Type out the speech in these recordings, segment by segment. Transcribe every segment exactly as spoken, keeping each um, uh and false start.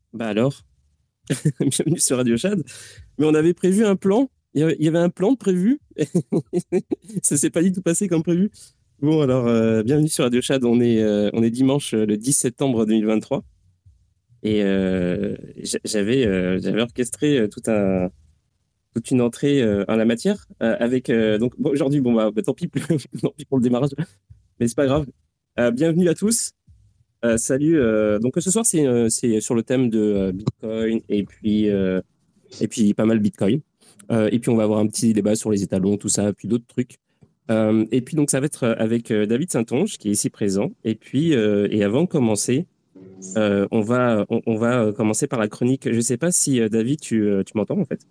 Bah alors, bienvenue sur Radio Chad. Mais on avait prévu un plan. Il y avait, il y avait un plan de prévu. Ça s'est pas du tout passé comme prévu. Bon, alors, euh, bienvenue sur Radio Chad. On est, euh, on est dimanche euh, le dix septembre deux mille vingt-trois. Et euh, j'a- j'avais, euh, j'avais orchestré euh, tout un, toute une entrée euh, en la matière euh, avec. euh, donc, bon, aujourd'hui, bon, bah, bah, tant pis, tant pis pour le démarrage. Mais c'est pas grave. Euh, bienvenue à tous. Euh, salut. Euh, donc, ce soir, c'est euh, c'est sur le thème de euh, Bitcoin et puis. euh, et puis pas mal Bitcoin. Euh, et puis on va avoir un petit débat sur les étalons, tout ça, puis d'autres trucs. Euh, et puis donc ça va être avec euh, David Saint-Onge qui est ici présent. Et puis euh, et avant de commencer, euh, on va on, on va euh, commencer par la chronique. Je sais pas si euh, David tu, euh, tu m'entends en fait.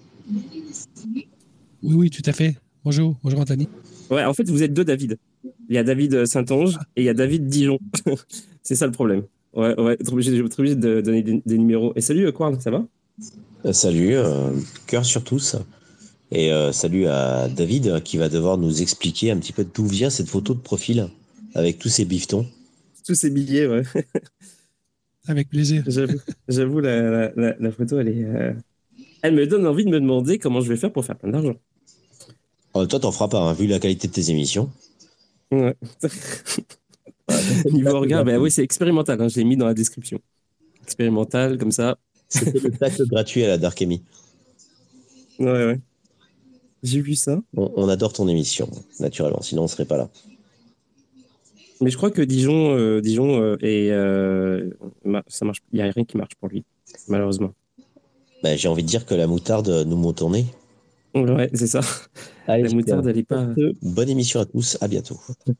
Oui, oui, tout à fait. Bonjour, bonjour Anthony. Ouais, en fait vous êtes deux David. Il y a David Saint-Onge et il y a David Dijon. C'est ça le problème. Ouais, ouais, être obligé, être obligé de donner des, des numéros. Et salut, Quarl, ça va? Euh, Salut, euh, cœur sur tous. Et euh, salut à David euh, qui va devoir nous expliquer un petit peu d'où vient cette photo de profil avec tous ces bifetons. Tous ces billets, ouais. Avec plaisir. J'avoue, j'avoue la, la, la, la photo, elle est, euh, elle me donne envie de me demander comment je vais faire pour faire plein d'argent. Oh, toi, t'en feras pas, hein, vu la qualité de tes émissions. Ouais. Voilà, c'était le Niveau tacle regard, ben gratuit. oui, c'est expérimental, hein, je l'ai mis dans la description. Expérimental, comme ça. C'était le tacle gratuit à la Dark Amy. Ouais, ouais. J'ai vu ça. On, on adore ton émission, naturellement, sinon on serait pas là. Mais je crois que Dijon, euh, Dijon euh, et euh, ça marche. Il n'y a rien qui marche pour lui, malheureusement. Bah, j'ai envie de dire que la moutarde nous monte au nez. Ouais, c'est ça. Allez, La super. moutarde, elle est pas. Bonne émission à tous, à bientôt.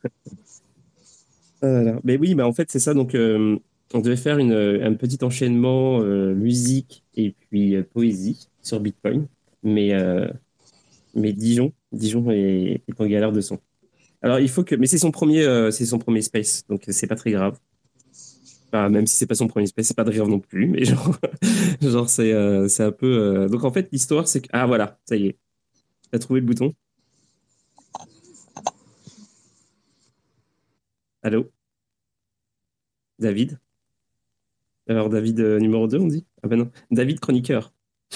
Voilà. Mais oui, bah en fait, c'est ça. Donc, euh, on devait faire une, un petit enchaînement euh, musique et puis euh, poésie sur Bitcoin. Mais, euh, mais Dijon, Dijon est, est en galère de son. Alors, il faut que. Mais c'est son premier, euh, c'est son premier space, donc c'est pas très grave. Enfin, même si c'est pas son premier space, c'est pas très grave non plus. Mais genre, genre c'est euh, c'est un peu. euh, Donc, en fait, l'histoire, c'est que. Ah, voilà, ça y est. T'as trouvé le bouton. Allô, David? Alors, David euh, numéro deux on dit? Ah ben non. David chroniqueur.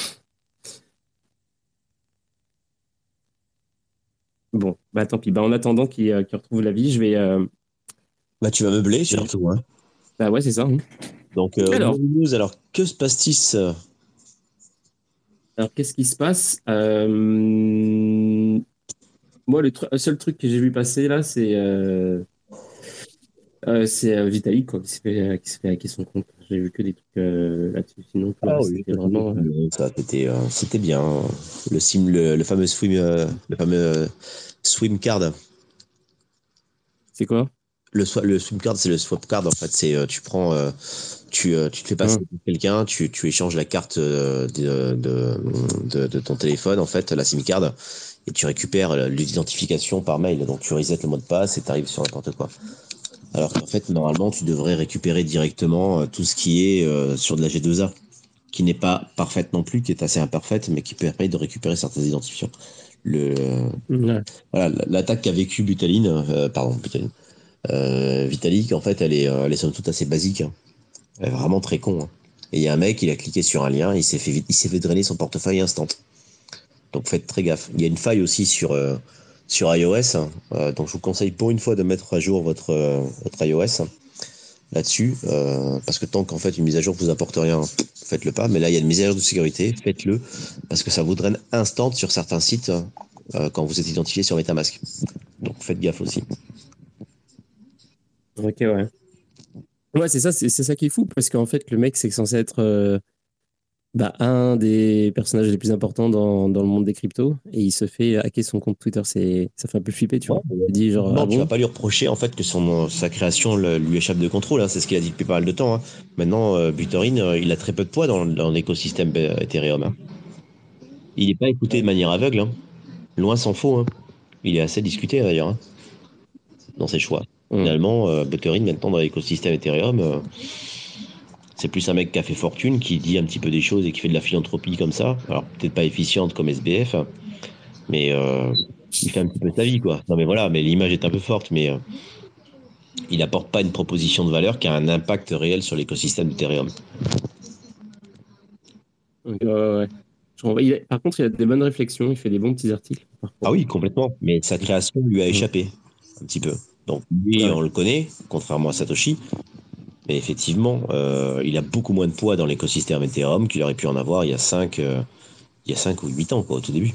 Bon, bah tant pis. Bah, en attendant qu'il euh, qu'il retrouve la vie, je vais. euh, Bah, tu vas meubler je vais- surtout, hein. Bah ouais, c'est ça, hein. Donc, euh, au niveau Alors, des news, alors que se passe-t-il? euh alors qu'est-ce qui se passe? Euh, Moi, le, tru- le seul truc que j'ai vu passer là, c'est euh, euh, c'est euh, Vitalik quoi, qui s'est fait, euh, qui s'est fait hacker son compte. J'ai vu que des trucs euh, là-dessus. Sinon, tout le Ah reste, oui, c'était ça c'était vraiment. euh, bien, ça, c'était euh, c'était bien. Le sim, le, le fameux swim, euh, le fameux euh, swim card. C'est quoi? Le, swa- le swim card, c'est le swap card. En fait, c'est euh, tu prends, euh, tu, euh, tu te fais passer Hein. pour quelqu'un, tu, tu échanges la carte euh, de, de, de, de ton téléphone, en fait, la SIM card, et tu récupères euh, l'identification par mail. Donc, tu resets le mot de passe et tu arrives sur n'importe quoi. Alors qu'en fait, normalement, tu devrais récupérer directement euh, tout ce qui est euh, sur de la G deux A, qui n'est pas parfaite non plus, qui est assez imparfaite, mais qui permet de récupérer certaines identifiants. Le, Ouais. voilà, l'attaque qu'a vécu Butaline, euh, pardon, Butaline, euh, Vitalik, en fait, elle est, euh, elle est somme toute assez basique, hein. Elle est vraiment très con, hein. Et il y a un mec, il a cliqué sur un lien, il s'est fait, il s'est fait drainer son portefeuille instant. Donc faites très gaffe. Il y a une faille aussi sur, euh, sur iOS, hein. Euh, donc je vous conseille pour une fois de mettre à jour votre, euh, votre iOS là-dessus, euh, parce que tant qu'en fait une mise à jour vous apporte rien, faites-le pas. Mais là, il y a une mise à jour de sécurité, faites-le, parce que ça vous draine instant sur certains sites euh, quand vous êtes identifié sur MetaMask. Donc faites gaffe aussi. Ok, ouais. Ouais, c'est ça, c'est c'est ça qui est fou, parce qu'en fait, le mec, c'est censé être euh, bah, un des personnages les plus importants dans, dans le monde des cryptos, et il se fait hacker son compte Twitter. C'est, ça fait un peu flipper, tu Ouais, vois. Tu dis genre, ah non, tu vas bon? pas lui reprocher en fait que son, sa création le- lui échappe de contrôle, hein. C'est ce qu'il a dit depuis pas mal de temps, hein. Maintenant, euh, Buterin, euh, il a très peu de poids dans, dans l'écosystème euh, Ethereum, hein. Il n'est pas écouté de manière aveugle, hein. Loin s'en faut, hein. Il est assez discuté d'ailleurs, hein, dans ses choix. Hum. Finalement, euh, Buterin, maintenant dans l'écosystème Ethereum, euh, c'est plus un mec qui a fait fortune, qui dit un petit peu des choses et qui fait de la philanthropie comme ça. Alors peut-être pas efficiente comme S B F, hein, mais euh, il fait un petit peu sa vie, quoi. Non mais voilà, mais l'image est un peu forte, mais euh, il n'apporte pas une proposition de valeur qui a un impact réel sur l'écosystème d'Ethereum. Donc, ouais, ouais. Je renvoie- il a- par contre, il a des bonnes réflexions, il fait des bons petits articles. Ah Parfois. oui, complètement. Mais sa création lui a Mm. échappé un petit peu. Donc lui, Ouais. on le connaît, contrairement à Satoshi. Mais effectivement, euh, il a beaucoup moins de poids dans l'écosystème Ethereum qu'il aurait pu en avoir il y a cinq, euh, il y a cinq ou huit ans, quoi, au tout début.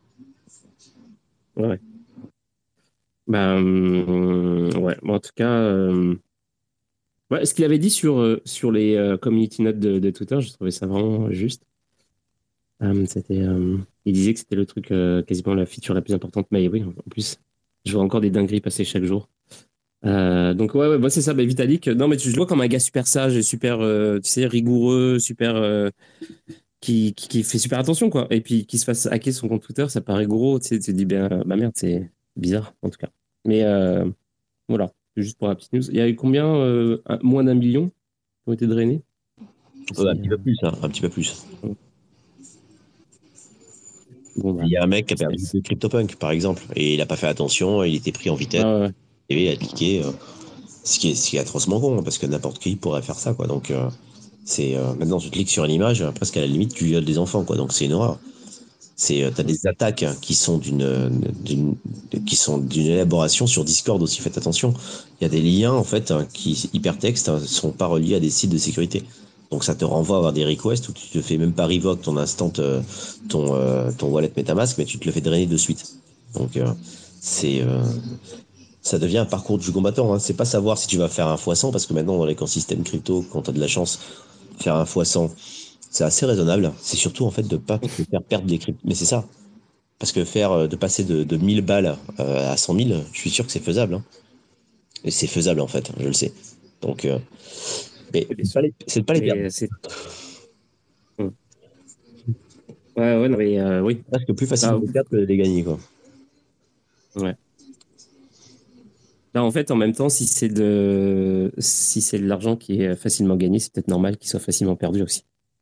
Ouais. Bah, hum, ouais. Bon, en tout cas, euh, ouais, ce qu'il avait dit sur, euh, sur les euh, community notes de, de Twitter, je trouvais ça vraiment juste. Hum, c'était, hum, il disait que c'était le truc, euh, quasiment la feature la plus importante. Mais oui, en plus, je vois encore des dingueries passer chaque jour. Euh, donc ouais, ouais, moi c'est ça, bah, Vitalik. Non, mais tu je le vois comme un gars super sage et super, euh, tu sais, rigoureux, super, euh, qui, qui, qui fait super attention, quoi. Et puis qui se fasse hacker son compte Twitter, ça paraît gros, tu sais, tu te dis, ben, bah merde, c'est bizarre, en tout cas. Mais euh, voilà, c'est juste pour la petite news. Il y a eu combien, euh, un- moins d'un million qui ont été drainés? Euh, un C'est, petit peu euh, plus, hein, un petit peu plus. bon, Il bah, y a un mec qui a perdu business. de CryptoPunk, par exemple, et il n'a pas fait attention, il était pris en Ouais, vitesse, ouais, ouais. et il a cliqué, euh, ce, qui est, ce qui est atrocement con, hein, parce que n'importe qui pourrait faire ça, quoi. Donc, euh, c'est euh, maintenant, tu cliques sur une image, euh, presque à la limite, tu violes des enfants, quoi. Donc, c'est une horreur. C'est, euh, t'as Mm. des attaques hein, qui sont d'une, d'une, qui sont d'une élaboration sur Discord aussi. Faites attention. Il y a des liens en fait hein, qui hypertextes hein, sont pas reliés à des sites de sécurité. Donc ça te renvoie à avoir des requests où tu te fais même pas revoke ton instant, euh, ton, euh, ton wallet MetaMask, mais tu te le fais drainer de suite. Donc euh, c'est, euh, ça devient un parcours du combattant. Hein. C'est pas savoir si tu vas faire un fois cent parce que maintenant dans l'écosystème crypto, quand tu as de la chance, faire un fois cent, c'est assez raisonnable. C'est surtout en fait de pas te faire perdre des cryptos. Mais c'est ça. Parce que faire euh, de passer de, de mille balles euh, à cent mille, je suis sûr que c'est faisable. Hein. Et c'est faisable en fait, je le sais. Donc, euh, mais Oui, bien c'est pas sûr. les, c'est de pas les perdre. Mais c'est. Mm. Ouais, ouais, non, mais euh, oui. Parce que plus facile Là, de les perdre que de les gagner, quoi. ouais. Là, en fait, en même temps, si c'est de, si c'est de l'argent qui est facilement gagné, c'est peut-être normal qu'il soit facilement perdu aussi.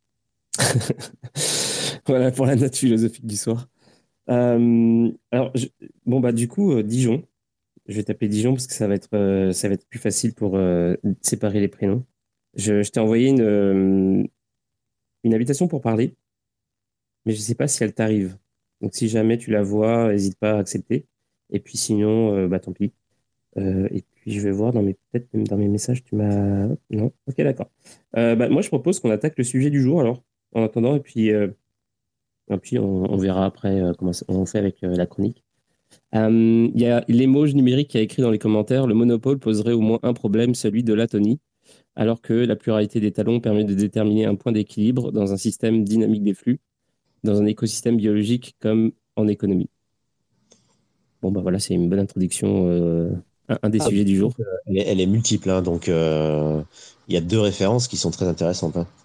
Voilà pour la note philosophique du soir. Euh, alors, je- bon, bah, du coup, euh, Dijon. Je vais taper Dijon parce que ça va être, euh, ça va être plus facile pour euh, séparer les prénoms. Je, je t'ai envoyé une, euh, une invitation pour parler, mais je ne sais pas si elle t'arrive. Donc, si jamais tu la vois, n'hésite pas à accepter. Et puis, sinon, euh, bah, tant pis. Euh, et puis, je vais voir dans mes, peut-être même dans mes messages, tu m'as. Non? Ok, d'accord. Euh, bah, moi, je propose qu'on attaque le sujet du jour alors, en attendant, et puis, euh, et puis on, on verra après euh, comment ça- on fait avec euh, la chronique. Euh, Il y a l'émoji numérique qui a écrit dans les commentaires, le monopole poserait au moins un problème, celui de l'atonie, alors que la pluralité des talons permet de déterminer un point d'équilibre dans un système dynamique des flux, dans un écosystème biologique comme en économie. Bon, bah voilà, c'est une bonne introduction, euh, un, un des Ah, sujets du jour. elle, est, elle est multiple, hein, donc euh, il y a deux références qui sont très intéressantes. Hein.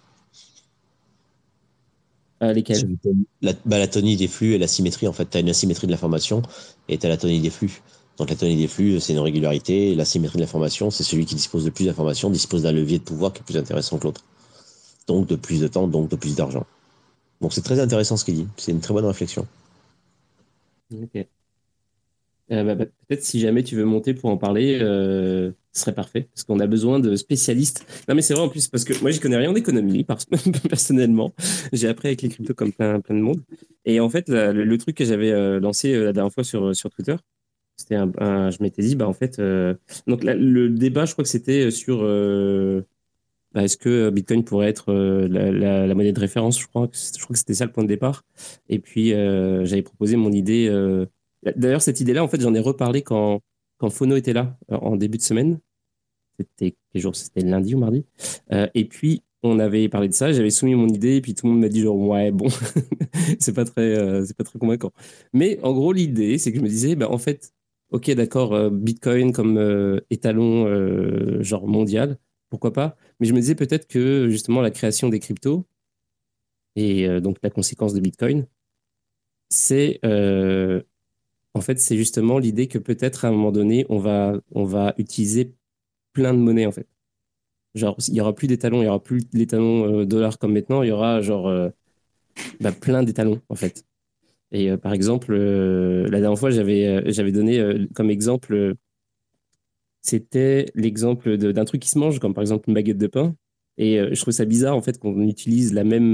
Euh, Sur lesquels? la, bah, la tonie des flux et la symétrie, en fait, tu as une asymétrie de l'information et tu as la tonie des flux. Donc la tonie des flux, c'est une régularité, et la symétrie de l'information, c'est celui qui dispose de plus d'informations, dispose d'un levier de pouvoir qui est plus intéressant que l'autre. Donc de plus de temps, donc de plus d'argent. Donc c'est très intéressant ce qu'il dit, c'est une très bonne réflexion. Ok. Euh, bah, bah, peut-être si jamais tu veux monter pour en parler, euh, ce serait parfait, parce qu'on a besoin de spécialistes. Non, mais c'est vrai en plus, parce que moi, je connais rien en économie, par- personnellement. J'ai appris avec les cryptos comme plein, plein de monde. Et en fait, la- le, le truc que j'avais euh, lancé euh, la dernière fois sur, sur Twitter, c'était un, un- je m'étais dit, bah en fait, euh, donc la- le débat, je crois que c'était sur euh, bah, est-ce que euh, Bitcoin pourrait être euh, la, la- la monnaie de référence, je crois que, c'est- je crois que c'était ça le point de départ. Et puis, euh, j'avais proposé mon idée. euh, D'ailleurs, cette idée-là, en fait, j'en ai reparlé quand, quand Fono était là, euh, en début de semaine. C'était quel jour? C'était lundi ou mardi. Euh, et puis, on avait parlé de ça, j'avais soumis mon idée, et puis tout le monde m'a dit genre, ouais, bon, c'est pas très, euh, c'est pas très convaincant. Mais en gros, l'idée, c'est que je me disais, bah, en fait, ok, d'accord, euh, Bitcoin comme euh, étalon euh, genre mondial, pourquoi pas? Mais je me disais peut-être que justement la création des cryptos et euh, donc la conséquence de Bitcoin, c'est euh, en fait, c'est justement l'idée que peut-être à un moment donné, on va, on va utiliser plein de monnaies en fait. Genre, il y aura plus d'étalons, il y aura plus l'étalon euh, dollar comme maintenant, il y aura genre euh, bah, plein d'étalons en fait. Et euh, par exemple, euh, la dernière fois, j'avais euh, j'avais donné euh, comme exemple, euh, c'était l'exemple de- d'un truc qui se mange, comme par exemple une baguette de pain. Et euh, je trouve ça bizarre en fait qu'on utilise la même.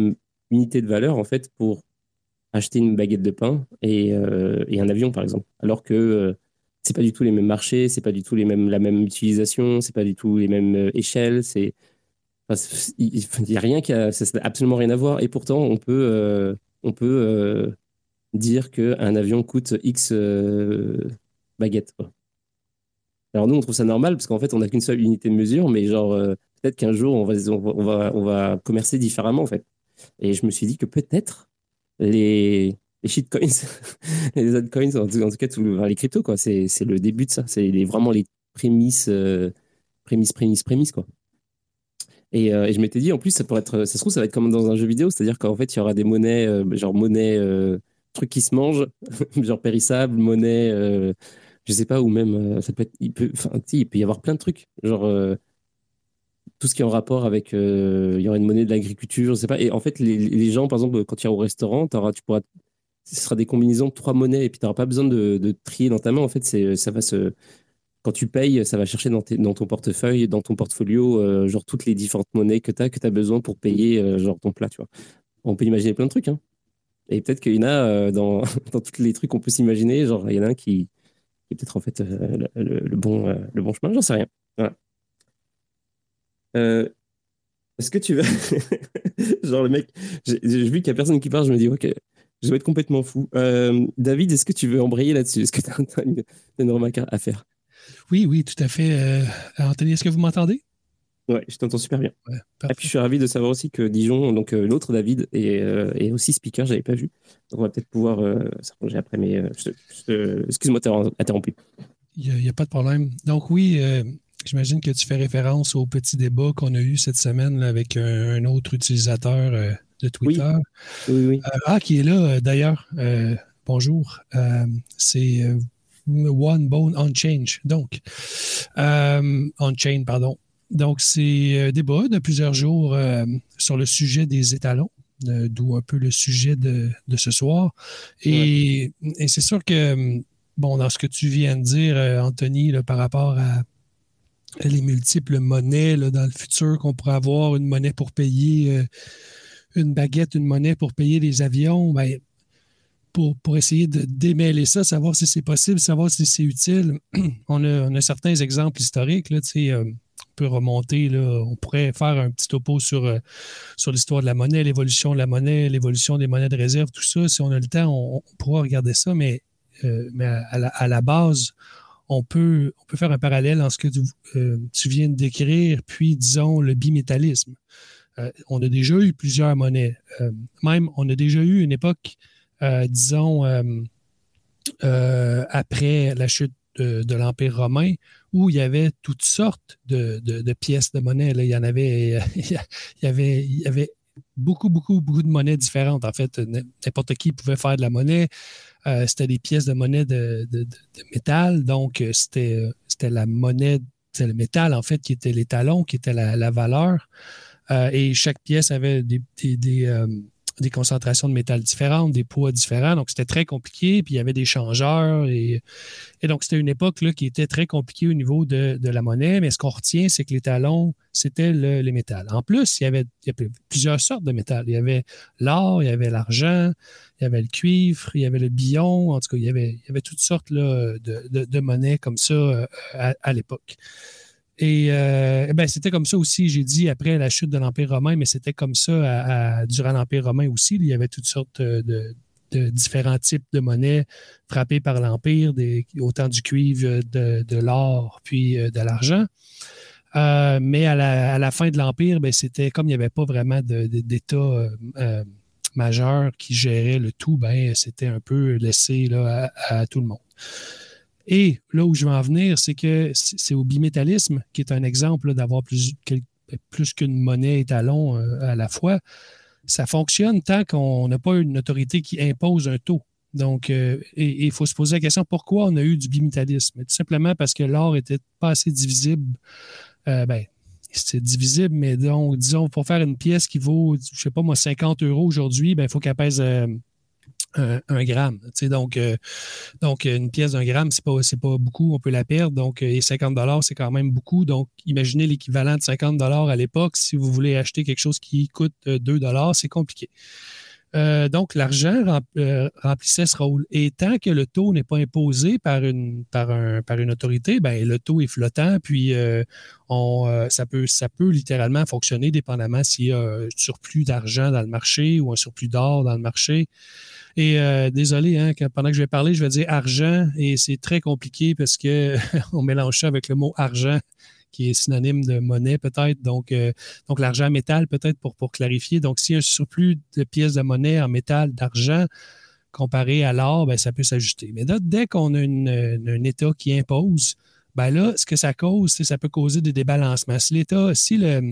unité de valeur, en fait, pour acheter une baguette de pain et, euh, et un avion, par exemple. Alors que euh, c'est pas du tout les mêmes marchés, c'est pas du tout les mêmes, la même utilisation, c'est pas du tout les mêmes euh, échelles. C'est, enfin, c'est- il n'y a rien qui a, ça n'a absolument rien à voir. Et pourtant, on peut, euh, on peut euh, dire qu'un avion coûte X euh, baguettes, quoi. Alors nous, on trouve ça normal parce qu'en fait, on n'a qu'une seule unité de mesure, mais genre, euh, peut-être qu'un jour, on va, on va, on va, on va commercer différemment, en fait. Et je me suis dit que peut-être les, les shitcoins, les altcoins, en tout, en tout cas, tout, enfin, les cryptos, quoi, c'est, c'est le début de ça. C'est les, vraiment les prémices, euh, prémices, prémices, prémices, quoi. Et, euh, et je m'étais dit, en plus, ça pourrait être, ça se trouve, ça va être comme dans un jeu vidéo, c'est-à-dire qu'en fait, il y aura des monnaies, euh, genre monnaie, euh, trucs qui se mangent, genre périssables, monnaie, euh, je sais pas, ou même, euh, ça peut être, il peut, enfin, tu sais, il peut y avoir plein de trucs, genre, euh, tout ce qui est en rapport avec, euh, il y aura une monnaie de l'agriculture, je sais pas. Et en fait, les, les gens, par exemple, quand tu iras au restaurant, t'auras, tu pourras, ce sera des combinaisons de trois monnaies et puis tu n'auras pas besoin de, de trier dans ta main. En fait, c'est, ça va se, quand tu payes, ça va chercher dans, tes- dans ton portefeuille, dans ton portfolio, euh, genre toutes les différentes monnaies que tu as, que tu as besoin pour payer, euh, genre ton plat, tu vois. On peut imaginer plein de trucs, hein. Et peut-être qu'il y en a euh, dans, dans tous les trucs qu'on peut s'imaginer, genre il y en a un qui, qui est peut-être en fait euh, le, le- le bon, euh, le bon chemin, j'en sais rien. Voilà. Euh, Est-ce que tu vas. Genre, le mec, j'ai j'ai vu qu'il n'y a personne qui parle, je me dis, ok, je vais être complètement fou. Euh, David, est-ce que tu veux embrayer là-dessus? Est-ce que tu as une, une remarque à faire? Oui, oui, tout à fait. Euh, Anthony, est-ce que vous m'entendez? Ouais, je t'entends super bien. Ouais, Et puis, je parfait. suis ravi de savoir aussi que Dijon, donc euh, l'autre David, est, euh, est aussi speaker, je n'avais pas vu. Donc, on va peut-être pouvoir euh, s'arranger après, mais euh, je te- je te- excuse-moi de t'avoir interrompu. Il n'y a, a, pas de problème. Donc oui, euh, j'imagine que tu fais référence au petit débat qu'on a eu cette semaine là, avec un, un autre utilisateur euh, de Oui, Twitter. oui, oui. Euh, ah, qui est là euh, d'ailleurs. Euh, bonjour. Euh, c'est euh, One Bone on Change. Donc, euh, on Chain, pardon. Donc, c'est un débat de plusieurs jours euh, sur le sujet des étalons, euh, d'où un peu le sujet de, de ce soir. Ouais. Et, et c'est sûr que, bon, dans ce que tu viens de dire, euh, Anthony, là, par rapport à les multiples monnaies là, dans le futur, qu'on pourrait avoir une monnaie pour payer euh, une baguette, une monnaie pour payer les avions, ben, pour, pour essayer de démêler ça, savoir si c'est possible, savoir si c'est utile. on, a, on a certains exemples historiques. Là, euh, on peut remonter, là, on pourrait faire un petit topo sur, euh, sur l'histoire de la monnaie, l'évolution de la monnaie, l'évolution des monnaies de réserve, tout ça. Si on a le temps, on, on pourra regarder ça, mais, euh, mais à, la, à la base, on peut, on peut faire un parallèle en ce que tu, euh, tu viens de décrire, puis disons le bimétallisme. Euh, on a déjà eu plusieurs monnaies. Euh, même, on a déjà eu une époque, euh, disons, euh, euh, après la chute de, de l'Empire romain, où il y avait toutes sortes de, de, de pièces de monnaie. Là. Il y en avait, il y avait, il y avait beaucoup, beaucoup, beaucoup de monnaies différentes. En fait, n'importe qui pouvait faire de la monnaie. Euh, c'était des pièces de monnaie de, de, de, de métal. Donc, c'était, c'était la monnaie, c'est le métal, en fait, qui était l'étalon, qui était la, la valeur. Euh, et chaque pièce avait des, des, des, euh, des concentrations de métal différentes, des poids différents. Donc, c'était très compliqué. Puis, il y avait des changeurs. Et, et donc, c'était une époque là, qui était très compliquée au niveau de, de la monnaie. Mais ce qu'on retient, c'est que les talons, c'était le, les métals. En plus, il y, avait, il y avait plusieurs sortes de métal. Il y avait l'or, il y avait l'argent, il y avait le cuivre, il y avait le billon. En tout cas, il y avait, il y avait toutes sortes là, de, de, de monnaies comme ça euh, à, à l'époque. Et euh, ben, c'était comme ça aussi, j'ai dit, après la chute de l'Empire romain, mais c'était comme ça à, à, durant l'Empire romain aussi. Il y avait toutes sortes de, de différents types de monnaies frappées par l'Empire, des, autant du cuivre, de, de l'or, puis de l'argent. Euh, mais à la, à la fin de l'Empire, ben, c'était comme il n'y avait pas vraiment de, de, d'État euh, euh, majeur qui gérait le tout, ben, c'était un peu laissé là, à, à tout le monde. Et là où je veux en venir, c'est que c'est au bimétallisme, qui est un exemple là, d'avoir plus, plus qu'une monnaie étalon euh, à la fois. Ça fonctionne tant qu'on n'a pas une autorité qui impose un taux. Donc, euh, et il faut se poser la question pourquoi on a eu du bimétallisme. Tout simplement parce que l'or n'était pas assez divisible. Euh, ben, c'est divisible, mais donc, disons, pour faire une pièce qui vaut, je ne sais pas moi, cinquante euros aujourd'hui, ben, il faut qu'elle pèse euh, un, un gramme. Tu sais, donc, euh, donc, une pièce d'un gramme, c'est pas, c'est pas beaucoup, on peut la perdre. Donc, et cinquante dollars, c'est quand même beaucoup. Donc, imaginez l'équivalent de cinquante dollars à l'époque. Si vous voulez acheter quelque chose qui coûte deux dollars, c'est compliqué. Euh, donc, l'argent rem, euh, remplissait ce rôle. Et tant que le taux n'est pas imposé par une, par un, par une autorité, ben, le taux est flottant, puis euh, on, euh, ça, peut, ça peut littéralement fonctionner dépendamment s'il y a un surplus d'argent dans le marché ou un surplus d'or dans le marché. Et euh, désolé, hein, que pendant que je vais parler, je vais dire argent, et c'est très compliqué parce que on mélange ça avec le mot argent, qui est synonyme de monnaie peut-être. Donc, euh, donc l'argent métal peut-être pour, pour clarifier. Donc, s'il y a un surplus de pièces de monnaie en métal, d'argent, comparé à l'or, ben, ça peut s'ajuster. Mais là, dès qu'on a une, une, un État qui impose, ben là, ce que ça cause, c'est ça peut causer des débalancements. Si l'État, si le,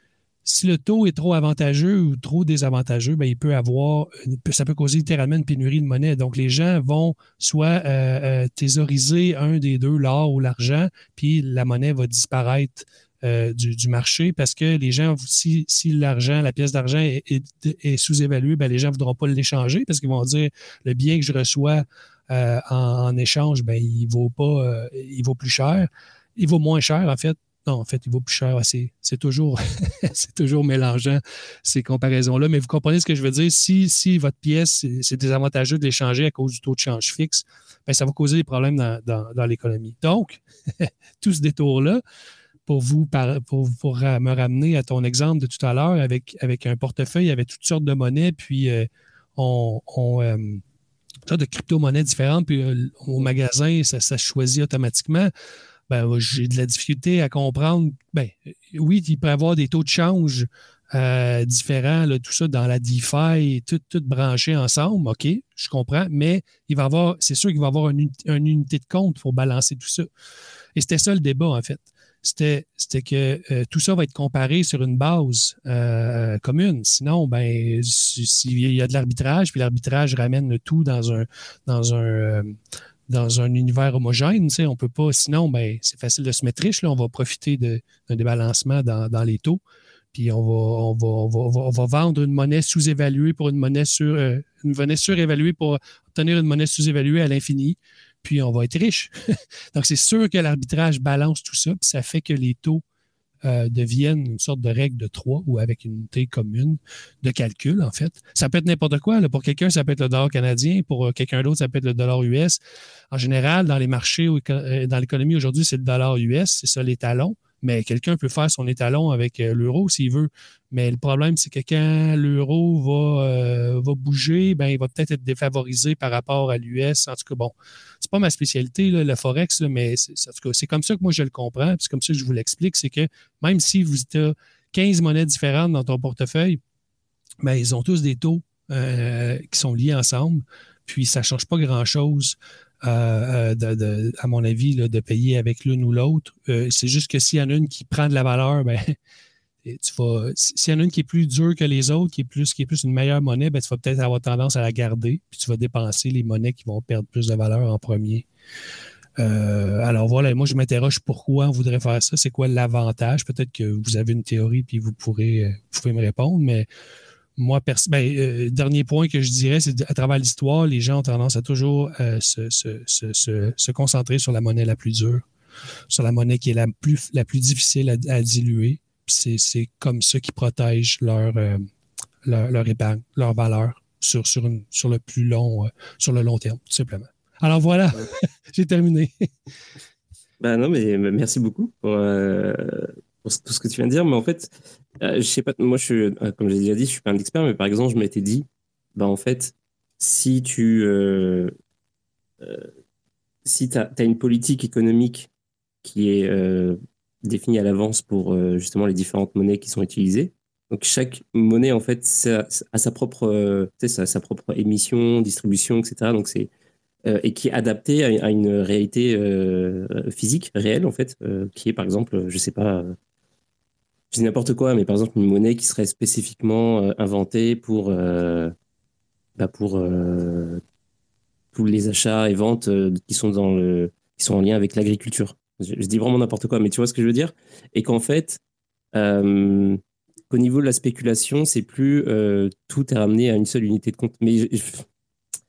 si le taux est trop avantageux ou trop désavantageux, ben, il peut avoir, ça peut causer littéralement une pénurie de monnaie. Donc, les gens vont soit euh, euh, thésauriser un des deux, l'or ou l'argent, puis la monnaie va disparaître euh, du, du marché parce que les gens, si, si l'argent, la pièce d'argent est, est, est sous-évaluée, ben, les gens ne voudront pas l'échanger parce qu'ils vont dire le bien que je reçois euh, en, en échange, ben, il vaut pas, euh, il vaut plus cher. Il vaut moins cher, en fait. Non, en fait, il vaut plus cher. C'est, c'est toujours, c'est toujours mélangeant, ces comparaisons-là. Mais vous comprenez ce que je veux dire? Si, si votre pièce, c'est, c'est désavantageux de l'échanger à cause du taux de change fixe, ben, ça va causer des problèmes dans, dans, dans l'économie. Donc, tout ce détour-là, pour vous, pour, pour me ramener à ton exemple de tout à l'heure, avec, avec un portefeuille, avec toutes sortes de monnaies, puis euh, on, on euh, sortes de crypto-monnaies différentes, puis euh, au magasin, ça, ça choisit automatiquement. Ben, j'ai de la difficulté à comprendre. Ben, oui, il peut y avoir des taux de change euh, différents, là, tout ça dans la DeFi, tout, tout branché ensemble, OK, je comprends, mais il va avoir, c'est sûr qu'il va y avoir une, une unité de compte pour balancer tout ça. Et c'était ça le débat, en fait. C'était, c'était que euh, tout ça va être comparé sur une base euh, commune. Sinon, ben, s'il si y a de l'arbitrage, puis l'arbitrage ramène le tout dans un, dans un, euh, dans un univers homogène, tu sais, on peut pas, sinon, ben, c'est facile de se mettre riche, là, on va profiter de, d'un débalancement dans, dans les taux, puis on va, on va, on va, on va, on va vendre une monnaie sous-évaluée pour une monnaie sur, euh, une monnaie surévaluée pour obtenir une monnaie sous-évaluée à l'infini, puis on va être riche. Donc, c'est sûr que l'arbitrage balance tout ça, puis ça fait que les taux euh, deviennent une sorte de règle de trois ou avec une unité commune de calcul, en fait. Ça peut être n'importe quoi. Là. Pour quelqu'un, ça peut être le dollar canadien. Pour quelqu'un d'autre, ça peut être le dollar U S. En général, dans les marchés, dans l'économie aujourd'hui, c'est le dollar U S. C'est ça l'étalon. Mais quelqu'un peut faire son étalon avec l'euro s'il veut. Mais le problème, c'est que quand l'euro va, euh, va bouger, ben, il va peut-être être défavorisé par rapport à l'U S. En tout cas, bon, c'est pas ma spécialité, là, le Forex, là, mais c'est, en tout cas, c'est comme ça que moi je le comprends. C'est comme ça que je vous l'explique. C'est que même si vous avez quinze monnaies différentes dans ton portefeuille, ben, ils ont tous des taux euh, qui sont liés ensemble. Puis ça ne change pas grand-chose. Euh, de, de, à mon avis, là, de payer avec l'une ou l'autre. Euh, c'est juste que s'il y en a une qui prend de la valeur, ben, tu vas, s'il y en a une qui est plus dure que les autres, qui est plus, qui est plus une meilleure monnaie, ben, tu vas peut-être avoir tendance à la garder, puis tu vas dépenser les monnaies qui vont perdre plus de valeur en premier. Euh, alors voilà, moi je m'interroge pourquoi on voudrait faire ça, c'est quoi l'avantage? Peut-être que vous avez une théorie puis vous pourrez, vous pouvez me répondre, mais moi, pers- ben, euh, dernier point que je dirais, c'est à travers l'histoire, les gens ont tendance à toujours euh, se, se, se, se, se concentrer sur la monnaie la plus dure, sur la monnaie qui est la plus, la plus difficile à, à diluer. C'est, c'est comme ça qu'ils protègent leur, euh, leur, leur épargne, leur valeur sur, sur, une, sur le plus long, euh, sur le long terme, tout simplement. Alors voilà, j'ai terminé. Ben non, mais merci beaucoup pour, euh, pour tout ce que tu viens de dire. Mais en fait, euh, je sais pas, moi, je suis, euh, comme j'ai déjà dit, je suis pas un expert, mais par exemple, je m'étais dit, ben en fait, si tu euh, euh, si tu as une politique économique qui est euh, définie à l'avance pour euh, justement les différentes monnaies qui sont utilisées, donc chaque monnaie, en fait, ça, a sa propre, euh, sa, sa propre émission, distribution, et cetera. Donc c'est euh, et qui est adapté à, à une réalité euh, physique, réelle, en fait, euh, qui est, par exemple, je sais pas, euh, je dis n'importe quoi, mais par exemple, une monnaie qui serait spécifiquement euh, inventée pour, euh, bah, pour euh, tous les achats et ventes euh, qui sont dans le, qui sont en lien avec l'agriculture. Je, je dis vraiment n'importe quoi, mais tu vois ce que je veux dire? Et qu'en fait, euh, qu'au niveau de la spéculation, c'est plus euh, tout est ramené à une seule unité de compte. Mais je, je,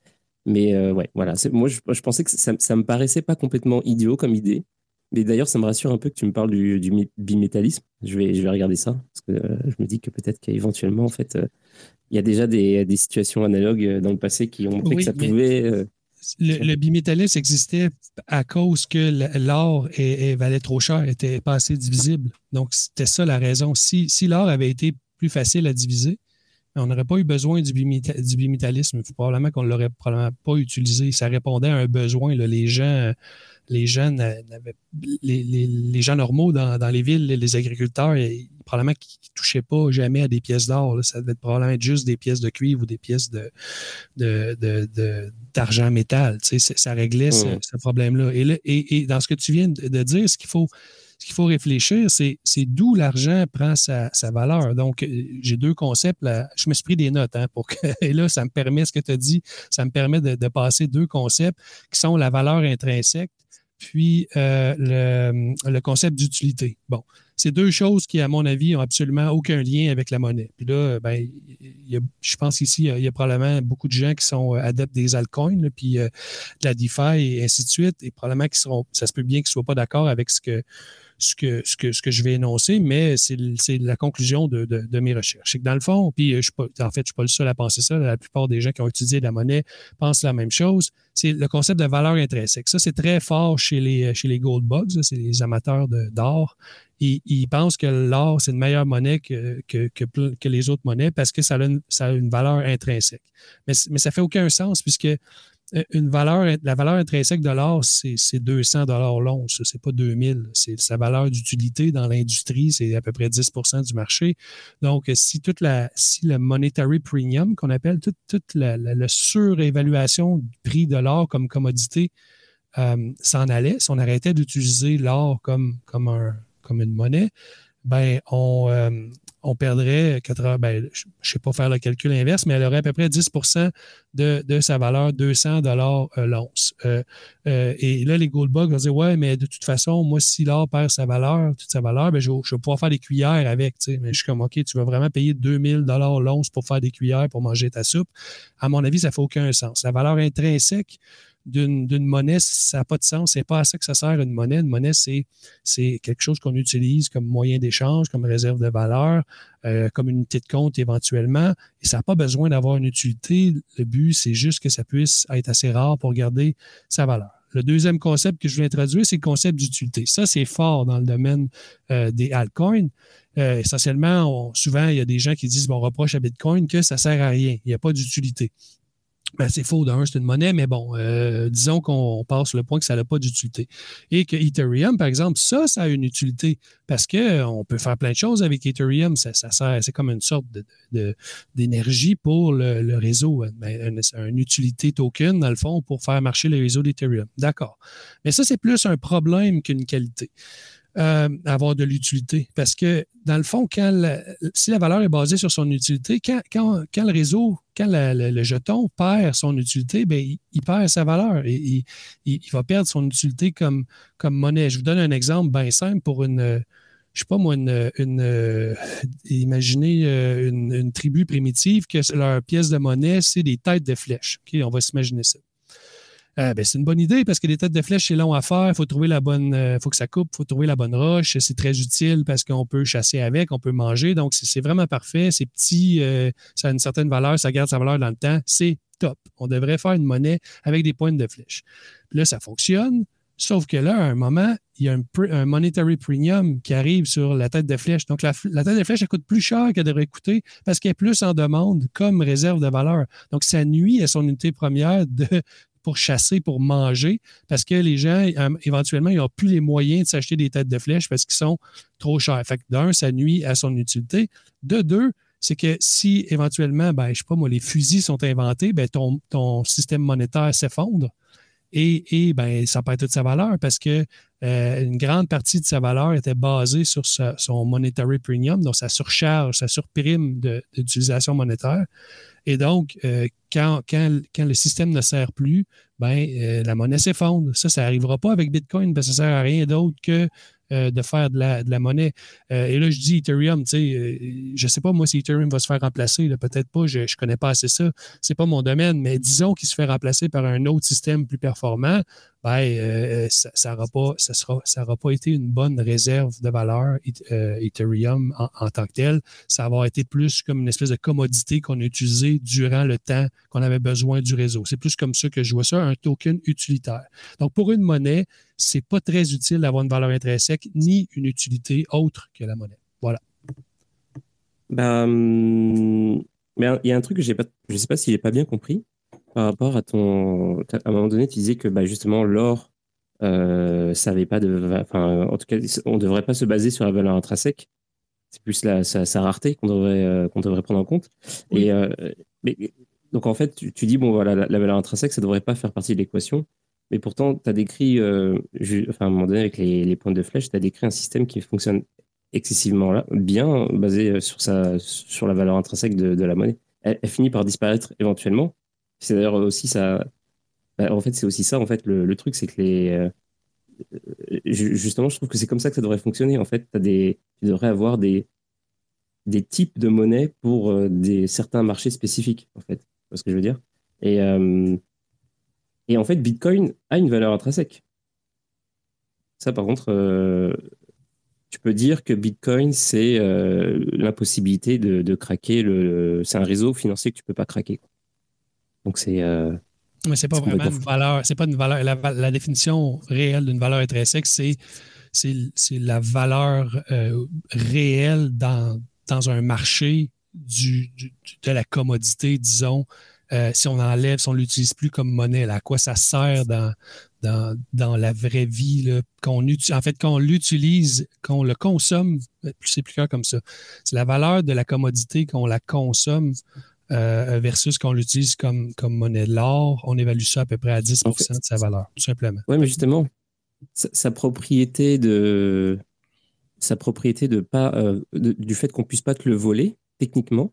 Mais euh, ouais, voilà. C'est, moi, je, je pensais que ça, ça me paraissait pas complètement idiot comme idée. Mais d'ailleurs, ça me rassure un peu que tu me parles du, du mi- bimétallisme. Je vais, je vais regarder ça. Parce que euh, je me dis que peut-être qu'éventuellement, en fait, euh, il y a déjà des, des situations analogues euh, dans le passé qui ont montré que Oui, ça mais pouvait. euh, le, le bimétallisme existait à cause que l- l'or est- est- valait trop cher, était pas assez divisible. Donc, c'était ça la raison. Si, si l'or avait été plus facile à diviser, on n'aurait pas eu besoin du, bimita- du bimétallisme. Probablement qu'on ne l'aurait probablement pas utilisé. Ça répondait à un besoin. Là. Les gens, les gens n'avaient, les, les, les gens normaux dans, dans les villes, les agriculteurs, et, probablement qu'ils ne touchaient pas jamais à des pièces d'or. Là. Ça devait être probablement être juste des pièces de cuivre ou des pièces de, de, de, de, d'argent métal. Tu sais, ça réglait ce, hum, ce problème-là. Et, là, et, et dans ce que tu viens de, de dire, ce qu'il faut, ce qu'il faut réfléchir, c'est, c'est d'où l'argent prend sa, sa valeur. Donc, j'ai deux concepts. Là. Je me suis pris des notes hein, pour que, et là, ça me permet, ce que tu as dit, ça me permet de, de passer deux concepts qui sont la valeur intrinsèque puis euh, le, le concept d'utilité. Bon, c'est deux choses qui, à mon avis, ont absolument aucun lien avec la monnaie. Puis là, ben, il y a, je pense qu'ici, il y a probablement beaucoup de gens qui sont adeptes des altcoins, là, puis euh, de la DeFi et ainsi de suite, et probablement qui seront, ça se peut bien qu'ils ne soient pas d'accord avec ce que, ce que, ce que, ce que je vais énoncer, mais c'est, c'est la conclusion de, de, de mes recherches. C'est que dans le fond, puis je suis pas, en fait, je ne suis pas le seul à penser ça, la plupart des gens qui ont étudié la monnaie pensent la même chose, c'est le concept de valeur intrinsèque. Ça, c'est très fort chez les, chez les gold bugs, là, c'est les amateurs de, d'or. Ils, ils pensent que l'or, c'est une meilleure monnaie que, que, que, que les autres monnaies parce que ça a une, ça a une valeur intrinsèque. Mais, mais ça ne fait aucun sens puisque une valeur, la valeur intrinsèque de l'or, c'est, c'est deux cents dollars l'once, c'est pas deux mille. C'est sa valeur d'utilité dans l'industrie, c'est à peu près dix pour cent du marché. Donc, si toute la, si le monetary premium qu'on appelle, toute, toute la, la, la surévaluation du prix de l'or comme commodité euh, s'en allait, si on arrêtait d'utiliser l'or comme, comme, un, comme une monnaie, ben, on, euh, on perdrait quatre-vingts, ben, je ne sais pas faire le calcul inverse, mais elle aurait à peu près dix pour cent de, de sa valeur, deux cents dollars euh, l'once. Euh, euh, et là, les gold bugs vont dire, ouais, mais de toute façon, moi, si l'or perd sa valeur, toute sa valeur, ben, je, je vais pouvoir faire des cuillères avec. T'sais. Mais je suis comme, OK, tu vas vraiment payer deux mille dollars l'once pour faire des cuillères pour manger ta soupe. À mon avis, ça ne fait aucun sens. La valeur intrinsèque d'une, d'une monnaie, ça n'a pas de sens. C'est pas à ça que ça sert une monnaie. Une monnaie, c'est, c'est quelque chose qu'on utilise comme moyen d'échange, comme réserve de valeur, euh, comme unité de compte éventuellement. Et ça n'a pas besoin d'avoir une utilité. Le but, c'est juste que ça puisse être assez rare pour garder sa valeur. Le deuxième concept que je voulais introduire, c'est le concept d'utilité. Ça, c'est fort dans le domaine euh, des altcoins. Euh, essentiellement, on, souvent, il y a des gens qui disent, bon, on reproche à Bitcoin que ça ne sert à rien. Il n'y a pas d'utilité. Ben, c'est faux, d'un, c'est une monnaie, mais bon, euh, disons qu'on passe le point que ça n'a pas d'utilité. Et que Ethereum, par exemple, ça, ça a une utilité parce qu'on peut faire plein de choses avec Ethereum. Ça, ça sert, c'est comme une sorte de, de, d'énergie pour le, le réseau, ben, une, une utilité token, dans le fond, pour faire marcher le réseau d'Ethereum. D'accord. Mais ça, c'est plus un problème qu'une qualité. Euh, avoir de l'utilité. Parce que, dans le fond, quand la, si la valeur est basée sur son utilité, quand, quand, quand le réseau, quand la, le, le jeton perd son utilité, bien, il, il perd sa valeur et il, il, il va perdre son utilité comme, comme monnaie. Je vous donne un exemple bien simple pour une, je ne sais pas moi, une, une euh, imaginez euh, une, une tribu primitive que leur pièce de monnaie, c'est des têtes de flèches. Okay, on va s'imaginer ça. Euh, ben, c'est une bonne idée parce que les têtes de flèche, c'est long à faire. Il faut trouver la bonne, euh, faut que ça coupe, il faut trouver la bonne roche. C'est très utile parce qu'on peut chasser avec, on peut manger. Donc, c'est, c'est vraiment parfait. C'est petit, euh, ça a une certaine valeur, ça garde sa valeur dans le temps. C'est top. On devrait faire une monnaie avec des pointes de flèche. Puis là, ça fonctionne. Sauf que là, à un moment, il y a un, un monetary premium qui arrive sur la tête de flèche. Donc, la, la tête de flèche, elle coûte plus cher qu'elle devrait coûter parce qu'elle est plus en demande comme réserve de valeur. Donc, ça nuit à son unité première de pour chasser, pour manger, parce que les gens, euh, éventuellement, ils n'ont plus les moyens de s'acheter des têtes de flèche parce qu'ils sont trop chers. Fait que d'un, ça nuit à son utilité. De deux, c'est que si éventuellement, ben, je ne sais pas moi, les fusils sont inventés, ben, ton, ton système monétaire s'effondre. Et, et ben, ça perd toute sa valeur parce que euh, une grande partie de sa valeur était basée sur sa, son monetary premium, donc sa surcharge, sa surprime de, d'utilisation monétaire. Et donc, euh, quand, quand, quand le système ne sert plus, ben, euh, la monnaie s'effondre. Ça, ça n'arrivera pas avec Bitcoin parce que ça ne sert à rien d'autre que euh, de faire de la, de la monnaie. Euh, et là, je dis Ethereum, tu sais, euh, je ne sais pas, moi, si Ethereum va se faire remplacer, là, peut-être pas, je ne connais pas assez ça, c'est pas mon domaine, mais disons qu'il se fait remplacer par un autre système plus performant, ben, euh, ça n'aura pas, ça sera, ça aura pas été une bonne réserve de valeur, euh, Ethereum en, en tant que tel. Ça va avoir été plus comme une espèce de commodité qu'on a utilisée durant le temps qu'on avait besoin du réseau. C'est plus comme ça que je vois ça, un token utilitaire. Donc, pour une monnaie, c'est pas très utile d'avoir une valeur intrinsèque ni une utilité autre que la monnaie. Voilà. Ben, mais il y a un truc que j'ai pas, je sais pas si j'ai pas bien compris par rapport à ton. À un moment donné, tu disais que bah, justement l'or, euh, ça avait pas de, enfin, en tout cas, on devrait pas se baser sur la valeur intrinsèque. C'est plus la, sa, sa rareté qu'on devrait, euh, qu'on devrait prendre en compte. Oui. Et euh, mais, donc en fait, tu, tu dis bon voilà, la, la valeur intrinsèque, ça devrait pas faire partie de l'équation. Mais pourtant, tu as décrit, euh, ju- enfin, à un moment donné, avec les, les pointes de flèche, tu as décrit un système qui fonctionne excessivement là, bien, basé sur, sa, sur la valeur intrinsèque de, de la monnaie. Elle, elle finit par disparaître éventuellement. C'est d'ailleurs aussi ça. Bah, en fait, c'est aussi ça. En fait, le, le truc, c'est que les. euh, ju- justement, je trouve que c'est comme ça que ça devrait fonctionner. En fait, t'as des, tu devrais avoir des, des types de monnaie pour euh, des, certains marchés spécifiques, en fait. Tu vois ce que je veux dire? Et, euh, et en fait, Bitcoin a une valeur intrinsèque. Ça, par contre, euh, tu peux dire que Bitcoin, c'est euh, l'impossibilité de, de craquer. Le, c'est un réseau financier que tu peux pas craquer. Donc, c'est euh, Mais c'est pas c'est vraiment complètement une fou. valeur. C'est pas une valeur. La, la définition réelle d'une valeur intrinsèque, c'est, c'est, c'est la valeur euh, réelle dans, dans un marché du, du- de la commodité, disons. Euh, si on enlève, si on ne l'utilise plus comme monnaie, là, à quoi ça sert dans, dans, dans la vraie vie, là, qu'on utilise, en fait, qu'on l'utilise, qu'on le consomme, c'est plus clair comme ça. C'est la valeur de la commodité qu'on la consomme euh, versus qu'on l'utilise comme, comme monnaie de l'or. On évalue ça à peu près à dix En pour cent fait, de sa valeur, tout simplement. ouais, mais justement, sa, sa propriété de, sa propriété de pas, euh, de- du fait qu'on puisse pas te le voler, techniquement,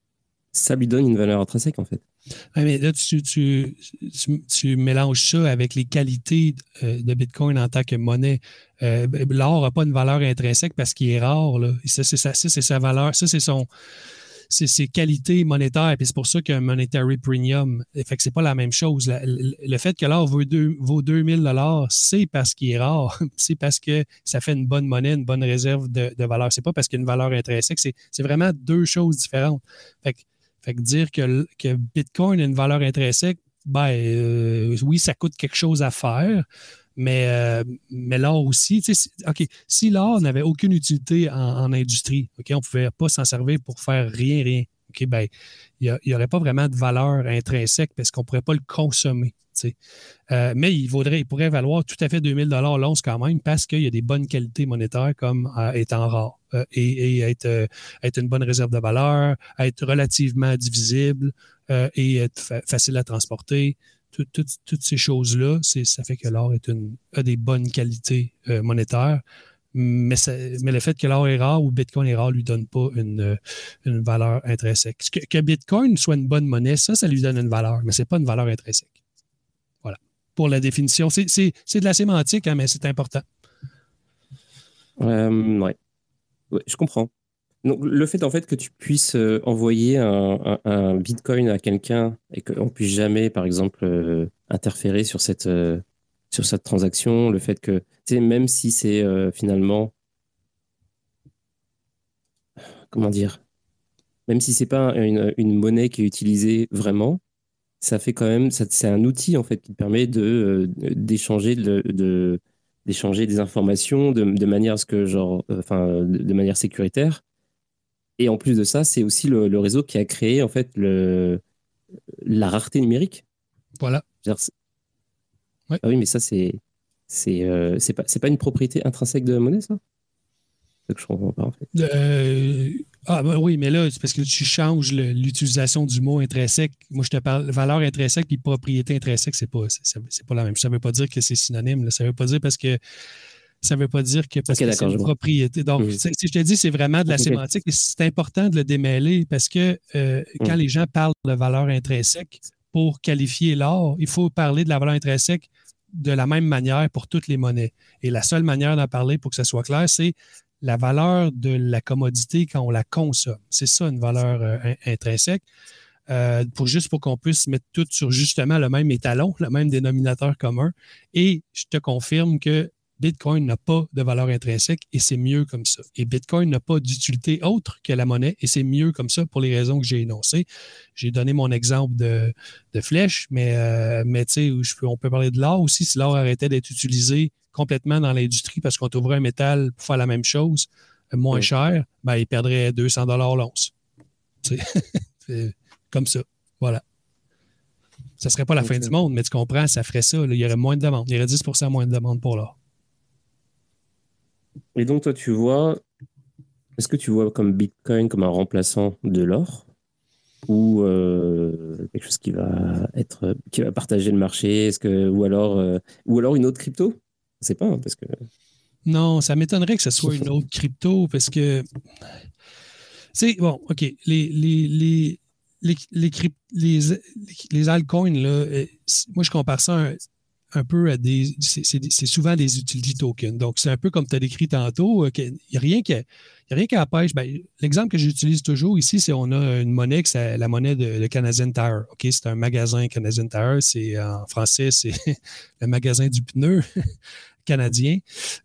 ça lui donne une valeur intrinsèque, en fait. Ouais, mais là, tu, tu, tu, tu mélanges ça avec les qualités euh, de Bitcoin en tant que monnaie. Euh, l'or n'a pas une valeur intrinsèque parce qu'il est rare. Là. Et ça, c'est sa, ça, c'est sa valeur. Ça, c'est son. C'est ses qualités monétaires, puis c'est pour ça qu'il y a un monetary premium. Fait que c'est pas la même chose. La- le, le fait que l'or vaut, deux, vaut deux mille dollars, c'est parce qu'il est rare. C'est parce que ça fait une bonne monnaie, une bonne réserve de, de valeur. C'est pas parce qu'il y a une valeur intrinsèque. C'est, c'est vraiment deux choses différentes. Fait que, fait que dire que, que Bitcoin a une valeur intrinsèque, ben euh, oui, ça coûte quelque chose à faire, mais, euh, mais l'or aussi, tu sais, OK, si l'or n'avait aucune utilité en, en industrie, OK, on ne pouvait pas s'en servir pour faire rien, rien, OK, ben, il n'y aurait pas vraiment de valeur intrinsèque parce qu'on ne pourrait pas le consommer, tu sais. Euh, mais il, vaudrait, il pourrait valoir tout à fait deux mille dollars l'once quand même parce qu'il y a des bonnes qualités monétaires comme euh, étant rare euh, et, et être, euh, être une bonne réserve de valeur, être relativement divisible euh, et être fa- facile à transporter. Tout- tout- toutes ces choses-là, c'est, ça fait que l'or est une, a des bonnes qualités euh, monétaires. Mais, ça, mais le fait que l'or est rare ou Bitcoin est rare lui donne pas une, une valeur intrinsèque. Que, que Bitcoin soit une bonne monnaie, ça, ça lui donne une valeur, mais c'est pas une valeur intrinsèque. Voilà. Pour la définition. C'est, c'est, c'est de la sémantique, hein, mais c'est important. Euh, ouais. Ouais, je comprends. Donc, le fait en fait que tu puisses euh, envoyer un, un- un Bitcoin à quelqu'un et qu'on puisse jamais, par exemple, euh, interférer sur cette, euh, sur cette transaction, le fait que, tu sais, même si c'est euh, finalement, comment dire, même si c'est pas une, une monnaie qui est utilisée vraiment, ça fait quand même, ça- c'est un outil en fait qui te permet de, euh, d'échanger de, de- d'échanger des informations de, de manière à ce que, genre, euh, enfin, de, de manière sécuritaire. Et en plus de ça, c'est aussi le, le réseau qui a créé en fait le, la rareté numérique. Voilà. C'est-à-dire, c'est- Ouais. ah oui, mais ça, c'est c'est euh, c'est pas, c'est pas une propriété intrinsèque de la monnaie, ça? C'est ça que je comprends pas, en fait. Euh, ah, ben oui, mais là, c'est parce que tu changes le- l'utilisation du mot intrinsèque. Moi, je te parle valeur intrinsèque puis propriété intrinsèque, c'est pas, c'est, c'est pas la même chose. Ça veut pas dire que c'est synonyme. Là. Ça veut pas dire parce que ça veut pas dire que parce Ok, que c'est d'accord, une je vois. propriété. Donc, Mhm. c'est- si je te dis, c'est vraiment de la Ok, ok. sémantique et c'est important de le démêler parce que euh, quand Mhm. les gens parlent de valeur intrinsèque pour qualifier l'art, il faut parler de la valeur intrinsèque de la même manière pour toutes les monnaies. Et la seule manière d'en parler pour que ça soit clair, c'est la valeur de la commodité quand on la consomme. C'est ça, une valeur euh, intrinsèque. Euh, pour, juste pour qu'on puisse mettre tout sur justement le même étalon, le même dénominateur commun. Et je te confirme que Bitcoin n'a pas de valeur intrinsèque et c'est mieux comme ça. Et Bitcoin n'a pas d'utilité autre que la monnaie et c'est mieux comme ça pour les raisons que j'ai énoncées. J'ai donné mon exemple de, de flèche, mais, euh, mais tu sais, on peut parler de l'or aussi. Si l'or arrêtait d'être utilisé complètement dans l'industrie parce qu'on trouverait un métal pour faire la même chose, moins oui. cher, ben, il perdrait deux cents dollars l'once. C'est comme ça. Voilà. Ça ne serait pas la okay. fin du monde, mais tu comprends, ça ferait ça. Là, il y aurait moins de demandes. Il y aurait dix pour cent moins de demandes pour l'or. Et donc, toi, tu vois, est-ce que tu vois comme Bitcoin comme un remplaçant de l'or ou euh, quelque chose qui va être, qui va partager le marché, est-ce que, ou alors, euh, ou alors une autre crypto? Je ne sais pas, hein, parce que. Non, ça m'étonnerait que ce soit une autre crypto parce que, c'est bon, OK, les, les, les, les, les, les, les, les altcoins, là, moi, je compare ça à un, un peu à des. C'est, c'est, c'est souvent des utility tokens. Donc, c'est un peu comme tu as décrit tantôt. Il n'y a rien qui empêche. Ben, l'exemple que j'utilise toujours ici, c'est on a une monnaie, c'est la monnaie de, de Canadian Tire. OK, c'est un magasin Canadian Tire. C'est, en français, c'est le magasin du pneu canadien.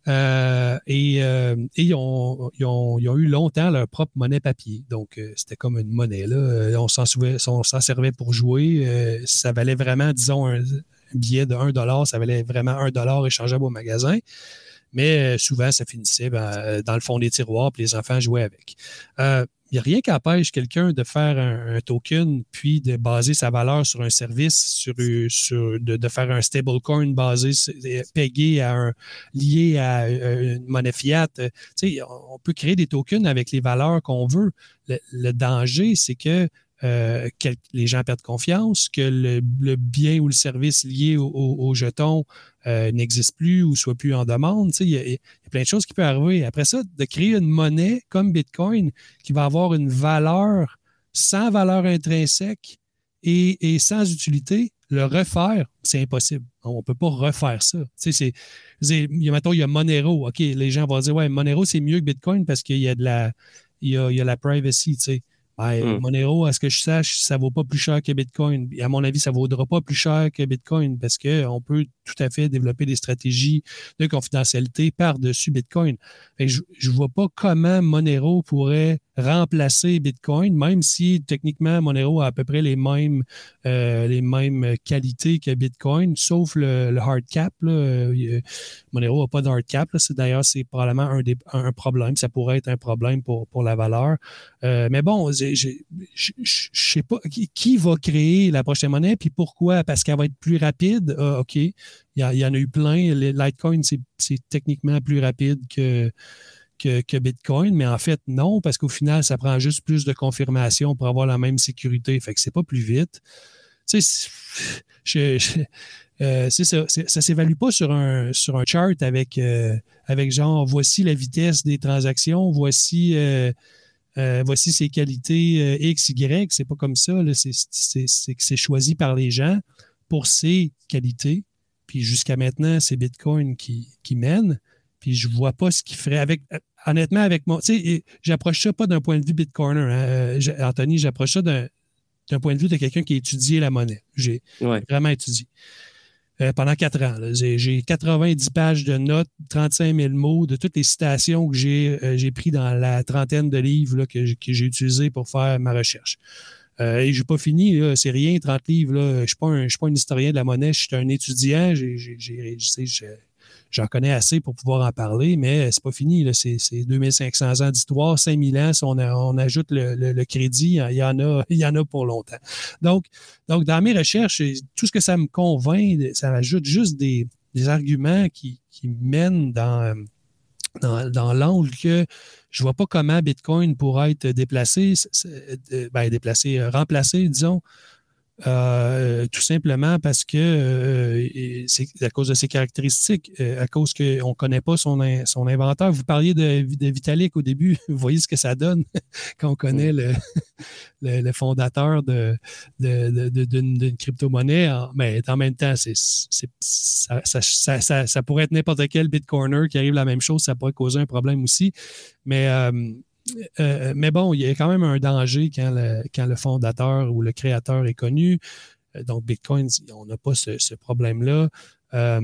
Euh, et euh, et ils, ont, ils, ont, ils ont eu longtemps leur propre monnaie papier. Donc, euh, c'était comme une monnaie. Là. On, s'en souvait, on s'en servait pour jouer. Euh, ça valait vraiment, disons, un billet de un dollar, ça valait vraiment un dollar échangeable au magasin. Mais euh, souvent, ça finissait ben, dans le fond des tiroirs, puis les enfants jouaient avec. Euh, il n'y a rien qui empêche quelqu'un de faire un, un token, puis de baser sa valeur sur un service, sur, sur de, de faire un stablecoin basé, pégué à un, lié à une monnaie fiat. Tu sais, on peut créer des tokens avec les valeurs qu'on veut. Le, le danger, c'est que Euh, que les gens perdent confiance, que le, le bien ou le service lié au, au, au jeton euh, n'existe plus ou soit plus en demande. Il y, y a plein de choses qui peuvent arriver. Après ça, de créer une monnaie comme Bitcoin qui va avoir une valeur sans valeur intrinsèque et, et sans utilité, le refaire, c'est impossible. On ne peut pas refaire ça. C'est, c'est, c'est, mettons, il y a Monero. OK, les gens vont dire, ouais, Monero, c'est mieux que Bitcoin parce qu'il y a de la, il y a, il y a la privacy, tu sais. Ben, mm. Monero, à ce que je sache, ça ne vaut pas plus cher que Bitcoin. Et à mon avis, ça ne vaudra pas plus cher que Bitcoin parce qu'on peut tout à fait développer des stratégies de confidentialité par-dessus Bitcoin. Et je ne vois pas comment Monero pourrait remplacer Bitcoin, même si techniquement Monero a à peu près les mêmes, euh, les mêmes qualités que Bitcoin, sauf le, le hard cap. Là. Monero n'a pas de hard cap. Là. C'est, d'ailleurs, c'est probablement un, des, un problème. Ça pourrait être un problème pour, pour la valeur. Euh, mais bon, je ne sais pas qui, qui va créer la prochaine monnaie, puis pourquoi? Parce qu'elle va être plus rapide. Ah, OK. Il y, a, il y en a eu plein. Les Litecoin, c'est, c'est techniquement plus rapide que, que, que Bitcoin, mais en fait, non, parce qu'au final, ça prend juste plus de confirmation pour avoir la même sécurité. Fait que c'est pas plus vite. Tu sais, je, je, euh, c'est ça. C'est, ça ne s'évalue pas sur un, sur un chart avec, euh, avec genre, voici la vitesse des transactions, voici... Euh, Euh, voici ses qualités euh, X, Y. C'est pas comme ça. Là. C'est, c'est, c'est, c'est choisi par les gens pour ses qualités. Puis jusqu'à maintenant, c'est Bitcoin qui, qui mène. Puis je vois pas ce qu'il ferait avec. Honnêtement, avec moi, tu sais, j'approche ça pas d'un point de vue Bitcoiner. Hein. Euh, Anthony, j'approche ça d'un, d'un point de vue de quelqu'un qui a étudié la monnaie. J'ai ouais. vraiment étudié. Euh, pendant quatre ans. Là. J'ai, j'ai quatre-vingt-dix pages de notes, trente-cinq mille mots de toutes les citations que j'ai, euh, j'ai pris dans la trentaine de livres là, que, que j'ai utilisés pour faire ma recherche. Euh, et je n'ai pas fini, là, c'est rien, trente livres. Là. Je ne suis pas un, je suis pas un historien de la monnaie, je suis un étudiant. J'ai, j'ai, j'ai, j'ai, j'ai, j'en connais assez pour pouvoir en parler, mais c'est pas fini. Là. C'est, c'est deux mille cinq cents ans d'histoire, cinq mille ans. Si on, a, on ajoute le, le, le crédit, il y en a, il y en a pour longtemps. Donc, donc, dans mes recherches, tout ce que ça me convainc, ça ajoute juste des, des arguments qui, qui mènent dans, dans, dans l'angle que je vois pas comment Bitcoin pourrait être déplacé, ben, déplacé, remplacé, disons, Euh, tout simplement parce que euh, c'est à cause de ses caractéristiques, euh, à cause qu'on ne connaît pas son, in, son inventeur. Vous parliez de, de Vitalik au début, vous voyez ce que ça donne quand on connaît le, le, le fondateur de, de, de, de, d'une, d'une crypto-monnaie. Mais en même temps, c'est, c'est, ça, ça, ça, ça, ça pourrait être n'importe quel Bitcoiner qui arrive la même chose, ça pourrait causer un problème aussi. Mais euh, Euh, mais bon, il y a quand même un danger quand le, quand le fondateur ou le créateur est connu. Donc, Bitcoin, on n'a pas ce, ce problème-là. Euh,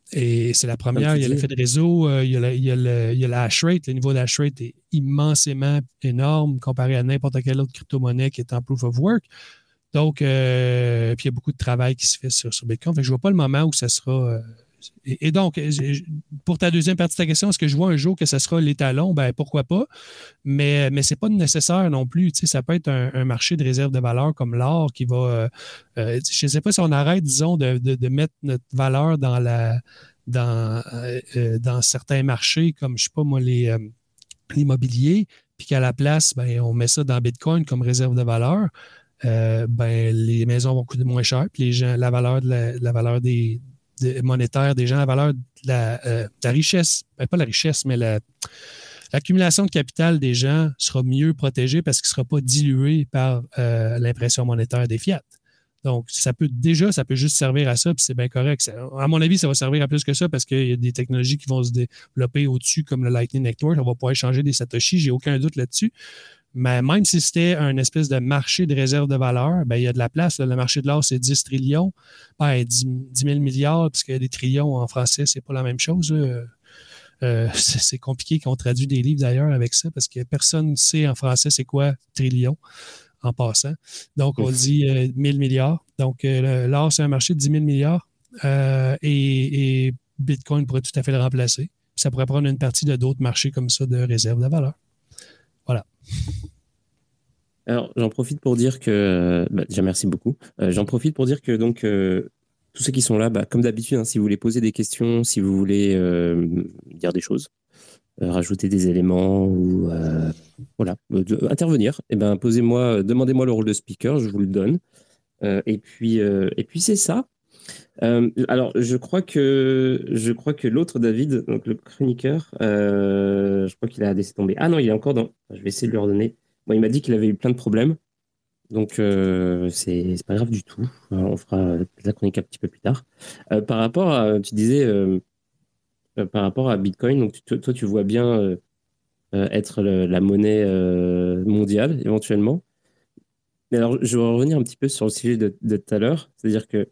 et c'est la première. Il y a l'effet de réseau, euh, il, y a le, il, y a le, il y a la hash rate. Le niveau de la hash rate est immensément énorme comparé à n'importe quelle autre crypto-monnaie qui est en proof of work. Donc, euh, puis il y a beaucoup de travail qui se fait sur, sur Bitcoin. Fait que je ne vois pas le moment où ça sera... Euh, Et, et donc, pour ta deuxième partie de ta question, est-ce que je vois un jour que ce sera l'étalon? Ben, pourquoi pas? Mais, mais ce n'est pas nécessaire non plus. Tu sais, ça peut être un, un marché de réserve de valeur comme l'or qui va... Euh, euh, je ne sais pas si on arrête, disons, de, de, de mettre notre valeur dans, la, dans, euh, dans certains marchés comme, je ne sais pas moi, les, euh, l'immobilier, puis qu'à la place, ben, on met ça dans Bitcoin comme réserve de valeur. Euh, ben, les maisons vont coûter moins cher, puis les gens, la valeur, de la, la valeur des De, monétaire des gens, la valeur de la, euh, de la richesse, ben pas la richesse, mais la, l'accumulation de capital des gens sera mieux protégée parce qu'il ne sera pas dilué par euh, l'impression monétaire des fiat. Donc, ça peut déjà, ça peut juste servir à ça, puis c'est bien correct. Ça, à mon avis, ça va servir à plus que ça parce qu'il y a des technologies qui vont se développer au-dessus, comme le Lightning Network. On va pouvoir échanger des Satoshi, j'ai aucun doute là-dessus. Mais même si c'était un espèce de marché de réserve de valeur, ben, il y a de la place. Là. Le marché de l'or, c'est dix trillions. Ben, dix mille milliards, puisque des trillions en français, c'est pas la même chose. Euh, c'est, c'est compliqué qu'on traduit des livres d'ailleurs avec ça, parce que personne ne sait en français c'est quoi trillion en passant. Donc, on dit euh, mille milliards. Donc, euh, l'or, c'est un marché de dix mille milliards. Euh, et, et Bitcoin pourrait tout à fait le remplacer. Ça pourrait prendre une partie de d'autres marchés comme ça de réserve de valeur. Voilà. Alors, j'en profite pour dire que... Bah, déjà, merci beaucoup. Euh, j'en profite pour dire que, donc, euh, tous ceux qui sont là, bah, comme d'habitude, hein, si vous voulez poser des questions, si vous voulez euh, dire des choses, euh, rajouter des éléments ou euh, voilà, euh, de, intervenir, eh ben, posez-moi, demandez-moi le rôle de speaker, je vous le donne. Euh, et puis, euh, et puis c'est ça. Euh, alors, je crois que je crois que l'autre David, donc le chroniqueur, euh, je crois qu'il a laissé tomber. Ah non, il est encore dans. Je vais essayer de lui redonner. Bon, il m'a dit qu'il avait eu plein de problèmes, donc euh, c'est c'est pas grave du tout. Alors, on fera la chronique un petit peu plus tard. Euh, par rapport à, tu disais, euh, euh, par rapport à Bitcoin, donc tu, toi tu vois bien euh, euh, être le, la monnaie euh, mondiale éventuellement. Mais alors, je vais revenir un petit peu sur le sujet de, de tout à l'heure, c'est-à-dire que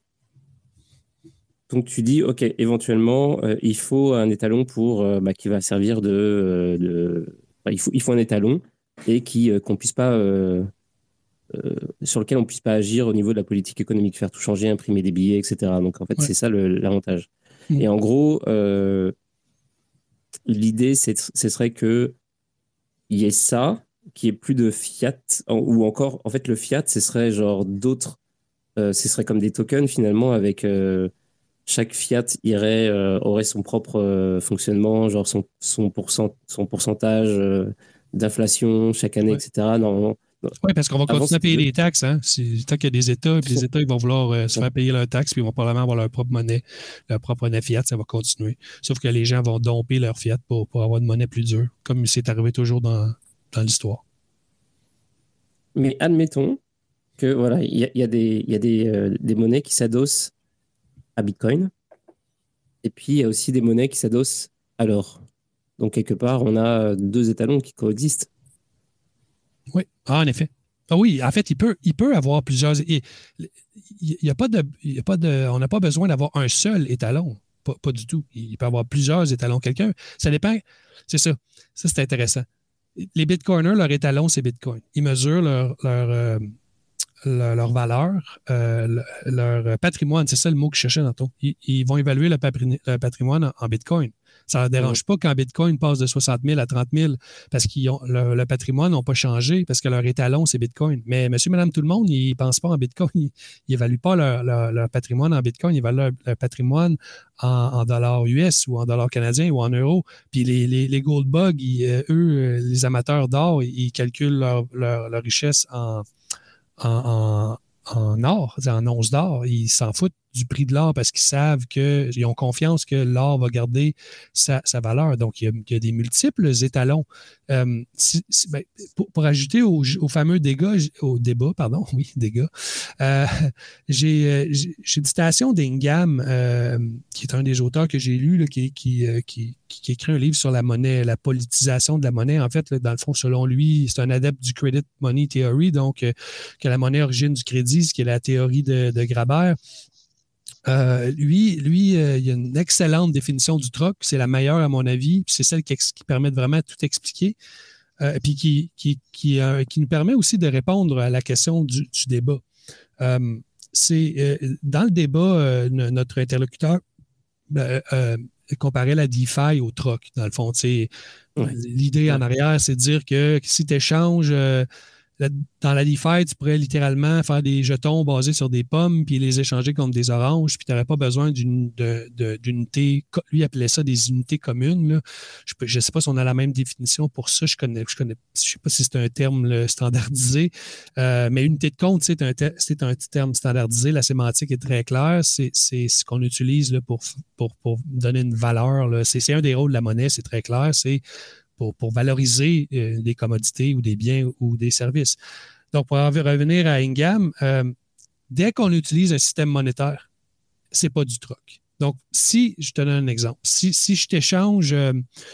donc tu dis, OK, éventuellement, euh, il faut un étalon pour, euh, bah, qui va servir de... euh, de bah, il, faut, il faut un étalon et qui, euh, qu'on puisse pas, euh, euh, sur lequel on puisse pas agir au niveau de la politique économique, faire tout changer, imprimer des billets, et cetera. Donc en fait, Ouais. c'est ça le, l'avantage. Mmh. Et en gros, euh, l'idée, c'est, ce serait qu'il y ait ça, qu'il n'y ait plus de fiat, ou encore, en fait, le fiat, ce serait genre d'autres... Euh, ce serait comme des tokens finalement avec... Euh, chaque fiat irait, euh, aurait son propre euh, fonctionnement, genre son, son, pourcent, son pourcentage euh, d'inflation chaque année, Ouais. et cetera. Non, non. Oui, parce qu'on va Avant, continuer à payer c'était... des taxes. Hein? C'est, tant qu'il y a des États, puis les États ils vont vouloir euh, se faire payer leurs taxes, puis ils vont probablement avoir leur propre monnaie, leur propre monnaie fiat, ça va continuer. Sauf que les gens vont domper leur fiat pour, pour avoir une monnaie plus dure, comme c'est arrivé toujours dans, dans l'histoire. Mais admettons que voilà, il y a, y a, des, y a des, euh, des monnaies qui s'adossent à Bitcoin, et puis il y a aussi des monnaies qui s'adossent à l'or. Donc quelque part, on a deux étalons qui coexistent. Oui, ah, en effet. Ah oui, en fait, il peut, il peut avoir plusieurs. Il, il y a pas de, il y a pas de, on n'a pas besoin d'avoir un seul étalon. Pas, pas du tout. Il peut avoir plusieurs étalons. Quelqu'un, ça dépend. C'est ça. Ça, c'est intéressant. Les Bitcoiners, leur étalon, c'est Bitcoin. Ils mesurent leur, leur, euh, leur, leur valeur, euh, leur patrimoine. C'est ça le mot que je cherchais dans ton. Ils, ils vont évaluer le, papri- le patrimoine en, en Bitcoin. Ça ne leur dérange pas quand Bitcoin passe de soixante mille à trente mille parce que le, le patrimoine n'a pas changé, parce que leur étalon, c'est Bitcoin. Mais monsieur, madame, tout le monde, ils ne pensent pas en Bitcoin. Ils n'évaluent pas leur, leur, leur patrimoine en Bitcoin. Ils évaluent leur, leur patrimoine en, en dollars U S ou en dollars canadiens ou en euros. Puis les, les, les gold bugs, ils, eux, les amateurs d'or, ils calculent leur, leur, leur richesse en, en, en, en or, en once d'or. Ils s'en foutent du prix de l'or parce qu'ils savent qu'ils ont confiance que l'or va garder sa, sa valeur. Donc, il y, a, il y a des multiples étalons. Euh, si, si, ben, pour, pour ajouter au, au fameux dégât, au débat, pardon, oui, dégâts, euh, j'ai, j'ai, j'ai une citation d'Ingham, euh, qui est un des auteurs que j'ai lu, là, qui, qui, qui, qui, qui écrit un livre sur la monnaie, la politisation de la monnaie. En fait, là, dans le fond, selon lui, c'est un adepte du Credit Money Theory, donc euh, que la monnaie origine du crédit, ce qui est la théorie de, de Graeber. Euh, lui, lui euh, il y a une excellente définition du troc. C'est la meilleure, à mon avis. Puis c'est celle qui, qui permet de vraiment tout expliquer. Euh, puis qui, qui, qui, euh, qui nous permet aussi de répondre à la question du, du débat. Euh, c'est, euh, dans le débat, euh, notre interlocuteur euh, euh, comparait la DeFi au troc, dans le fond. Ouais. L'idée ouais. en arrière, c'est de dire que si tu échanges... Euh, dans la DeFi, tu pourrais littéralement faire des jetons basés sur des pommes puis les échanger contre des oranges, puis tu n'aurais pas besoin d'une de, de, d'unités. Lui appelait ça des unités communes. Là. Je ne sais pas si on a la même définition pour ça. Je connais, je connais, je sais pas si c'est un terme là, standardisé, euh, mais unité de compte, c'est un, te, c'est un terme standardisé. La sémantique est très claire. C'est, c'est ce qu'on utilise là, pour, pour, pour donner une valeur. Là. C'est, c'est un des rôles de la monnaie, c'est très clair. C'est Pour, pour valoriser euh, des commodités ou des biens ou des services. Donc, pour revenir à Ingham, euh, dès qu'on utilise un système monétaire, c'est pas du troc. Donc, si, je te donne un exemple, si, si je t'échange, euh,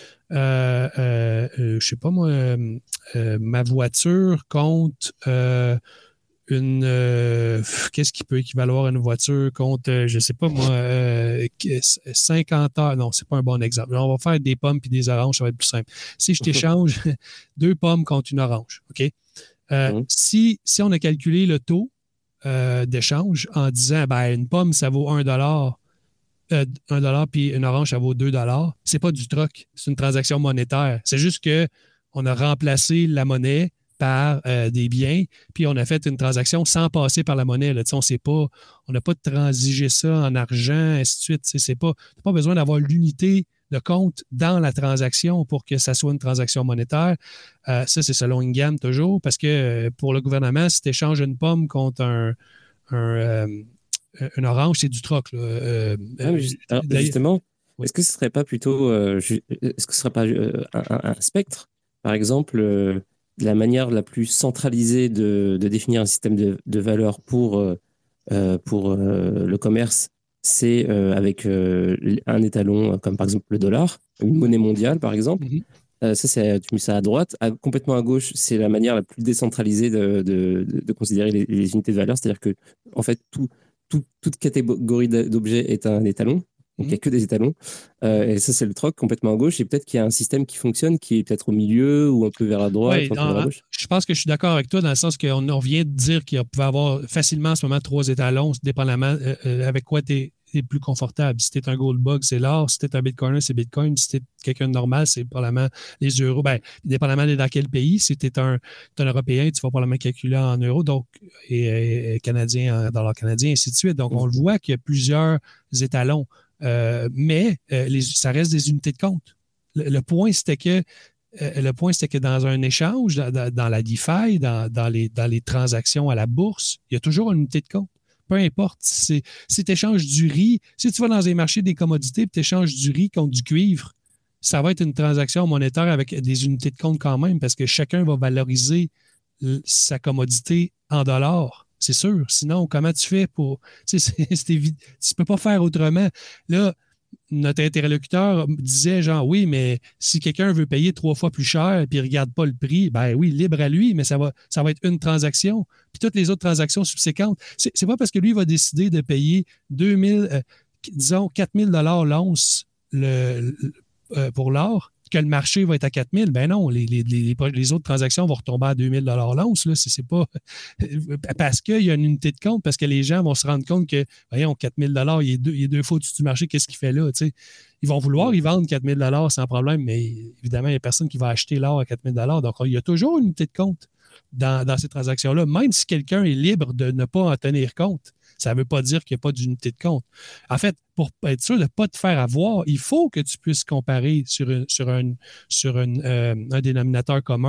euh, euh, je sais pas moi, euh, euh, ma voiture contre euh, une euh, qu'est-ce qui peut équivaloir à une voiture contre, euh, je sais pas moi, euh, cinquante heures. Non, c'est pas un bon exemple. On va faire des pommes puis des oranges, ça va être plus simple. Si je t'échange deux pommes contre une orange, OK? Euh, mmh. si, si on a calculé le taux euh, d'échange en disant ben une pomme, ça vaut un dollar, euh, un dollar puis une orange, ça vaut deux dollars, c'est pas du troc, c'est une transaction monétaire. C'est juste que on a remplacé la monnaie par euh, des biens, puis on a fait une transaction sans passer par la monnaie. Là. On sait pas, on n'a pas transigé ça en argent, ainsi de suite. C'est pas, t'as pas besoin d'avoir l'unité de compte dans la transaction pour que ça soit une transaction monétaire. Euh, ça, c'est selon Ingham toujours, parce que euh, pour le gouvernement, si tu échanges une pomme contre un, un, euh, une orange, c'est du troc. Là. Euh, ah, mais juste, alors, justement, oui. Est-ce que ce serait pas plutôt, euh, est-ce que ce serait pas euh, un, un spectre, par exemple, euh, de la manière la plus centralisée de, de définir un système de, de valeur pour, euh, pour euh, le commerce, c'est euh, avec euh, un étalon comme par exemple le dollar, une monnaie mondiale par exemple. Mm-hmm. Euh, ça, c'est, tu mets ça à droite. À, complètement à gauche, c'est la manière la plus décentralisée de, de, de, de considérer les, les unités de valeur. C'est-à-dire que en fait, tout, tout, toute catégorie d'objets est un étalon. Donc, il n'y a que des étalons. Euh, et ça, c'est le troc complètement à gauche. Et peut-être qu'il y a un système qui fonctionne qui est peut-être au milieu ou un peu vers la droite. Oui, un peu en, vers la gauche. Je pense que je suis d'accord avec toi dans le sens qu'on on vient de dire qu'il pouvait y avoir facilement en ce moment trois étalons, dépendamment euh, euh, avec quoi tu es plus confortable. Si tu es un gold bug, c'est l'or. Si tu es un bitcoiner, c'est bitcoin. Si tu es quelqu'un de normal, c'est probablement les euros. Ben, dépendamment de dans quel pays. Si tu es un, un Européen, tu vas probablement calculer en euros donc, et, et Canadien en dollars canadiens, et ainsi de suite. Donc, mmh. on le voit qu'il y a plusieurs étalons. Euh, mais euh, les, ça reste des unités de compte. Le, le point, c'était que euh, le point, c'était que dans un échange, dans, dans la DeFi, dans, dans, les, dans les transactions à la bourse, il y a toujours une unité de compte. Peu importe si, si tu échanges du riz, si tu vas dans un marché des commodités et tu échanges du riz contre du cuivre, ça va être une transaction monétaire avec des unités de compte quand même parce que chacun va valoriser sa commodité en dollars. C'est sûr. Sinon, comment tu fais pour... Tu sais, c'est, c'est évident. Tu ne peux pas faire autrement. Là, notre interlocuteur disait genre, oui, mais si quelqu'un veut payer trois fois plus cher et il ne regarde pas le prix, ben oui, libre à lui, mais ça va, ça va être une transaction. Puis toutes les autres transactions subséquentes, c'est, c'est pas parce que lui va décider de payer deux mille, euh, disons, quatre mille dollars l'once le, le, euh, pour l'or que le marché va être à quatre mille, ben non, les, les, les, les autres transactions vont retomber à deux mille dollars l'once. Là, c'est, c'est pas parce qu'il y a une unité de compte, parce que les gens vont se rendre compte que, voyons, quatre mille dollars, il est deux, il est deux fois au-dessus du marché, qu'est-ce qu'il fait là? T'sais? Ils vont vouloir y vendre quatre mille dollars sans problème, mais évidemment, il n'y a personne qui va acheter l'or à quatre mille dollars. Donc, il y a toujours une unité de compte dans, dans ces transactions-là, même si quelqu'un est libre de ne pas en tenir compte. Ça ne veut pas dire qu'il n'y a pas d'unité de compte. En fait, pour être sûr de ne pas te faire avoir, il faut que tu puisses comparer sur, une, sur, une, sur une, euh, un dénominateur commun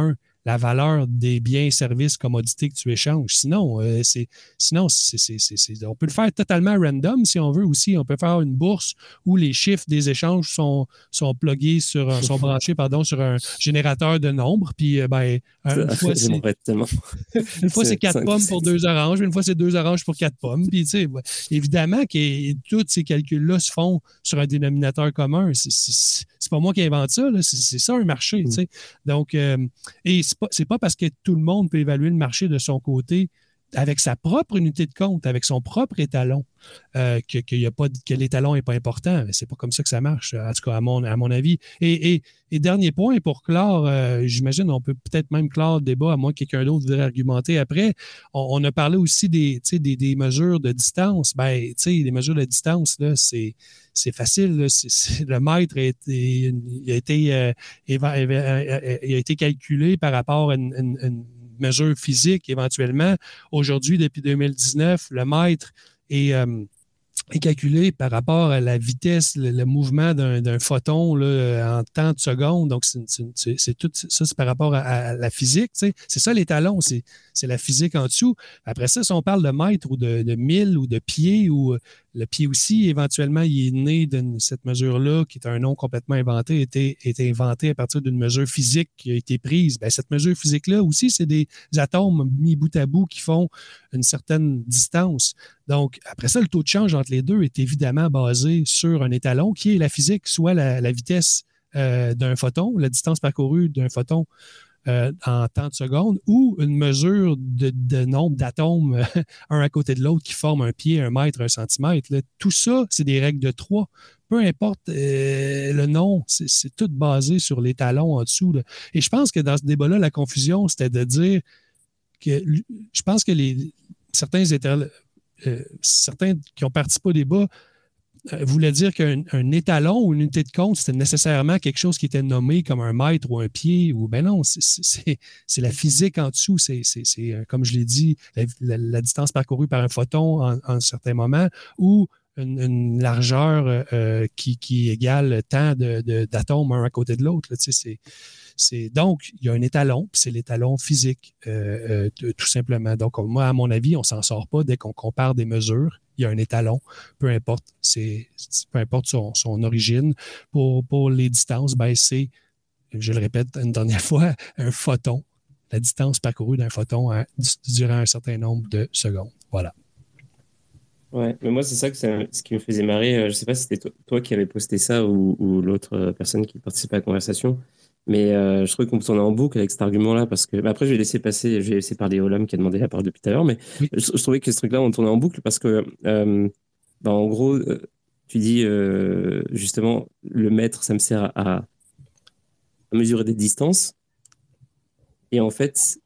la valeur des biens, services, commodités que tu échanges. Sinon, euh, c'est, sinon c'est, c'est, c'est, c'est, on peut le faire totalement random si on veut aussi. On peut faire une bourse où les chiffres des échanges sont, sont pluggés sur, un- sont branchés pardon, sur un générateur de nombres. Puis, euh, ben, une fois, c'est, J'aimerais tellement. une fois, c'est C'est quatre c'est pommes pour deux oranges, une fois, c'est deux oranges pour quatre pommes. Puis, tu sais, ouais, évidemment que tous ces calculs-là se font sur un dénominateur commun. C'est, c'est, c'est pas moi qui invente ça, là. C'est, c'est ça un marché, tu sais. Donc, euh, et c'est pas, c'est pas parce que tout le monde peut évaluer le marché de son côté avec sa propre unité de compte, avec son propre étalon, euh, que, qu'il y a pas, que l'étalon n'est pas important. Mais c'est pas comme ça que ça marche, en tout cas, à mon, à mon avis. Et, et, et dernier point, pour clore, euh, j'imagine, on peut peut-être même clore le débat, à moins que quelqu'un d'autre voudrait argumenter après. On, on a parlé aussi des, des, des mesures de distance. Ben, tu sais, les mesures de distance, là, c'est, c'est facile. Là. C'est, c'est, le mètre a été, il a été, euh, éva, éva, il a été calculé par rapport à une, une, une mesure physique éventuellement. Aujourd'hui, depuis deux mille dix-neuf, le mètre est, euh, est calculé par rapport à la vitesse, le, le mouvement d'un, d'un photon là, en temps de seconde. Donc, c'est, c'est, c'est tout ça, c'est par rapport à, à la physique. Tu sais. C'est ça l'étalon, c'est, c'est la physique en dessous. Après ça, si on parle de mètres ou de, de mille ou de pieds, ou le pied aussi, éventuellement, il est né de cette mesure-là, qui est un nom complètement inventé, a été, a été inventé à partir d'une mesure physique qui a été prise. Bien, cette mesure physique-là aussi, c'est des atomes mis bout à bout qui font une certaine distance. Donc, après ça, le taux de change entre les deux est évidemment basé sur un étalon qui est la physique, soit la, la vitesse euh, d'un photon, la distance parcourue d'un photon euh, en temps de seconde, ou une mesure de, de nombre d'atomes euh, un à côté de l'autre qui forment un pied, un mètre, un centimètre. Là. Tout ça, c'est des règles de trois. Peu importe euh, le nom, c'est, c'est tout basé sur l'étalon en dessous. Là. Et je pense que dans ce débat-là, la confusion, c'était de dire que je pense que les certains étalons, euh, certains qui ont participé au débat euh, voulaient dire qu'un un étalon ou une unité de compte, c'était nécessairement quelque chose qui était nommé comme un mètre ou un pied. Ou ben non, c'est, c'est, c'est la physique en dessous. C'est, c'est, c'est comme je l'ai dit, la, la, la distance parcourue par un photon en, en certains moments, ou une, une largeur euh, qui, qui égale tant de, de, d'atomes un à côté de l'autre. Là, tu sais, c'est, c'est, donc, il y a un étalon, puis c'est l'étalon physique, euh, euh, tout simplement. Donc, moi, à mon avis, on ne s'en sort pas dès qu'on compare des mesures. Il y a un étalon, peu importe, c'est, peu importe son, son origine. Pour, pour les distances, ben, c'est, je le répète une dernière fois, un photon, la distance parcourue d'un photon hein, durant un certain nombre de secondes. Voilà. Ouais, mais moi, c'est ça que ça, ce qui me faisait marrer. Je sais pas si c'était toi, toi qui avais posté ça ou, ou l'autre personne qui participait à la conversation, mais euh, je trouvais qu'on tournait en boucle avec cet argument-là parce que. Bah après, je vais laisser passer, je vais laisser parler Olam qui a demandé la parole depuis tout à l'heure, mais Oui. je, je trouvais que ce truc-là, on tournait en boucle parce que, euh, bah, en gros, euh, tu dis euh, justement, le mètre, ça me sert à, à mesurer des distances, et en fait,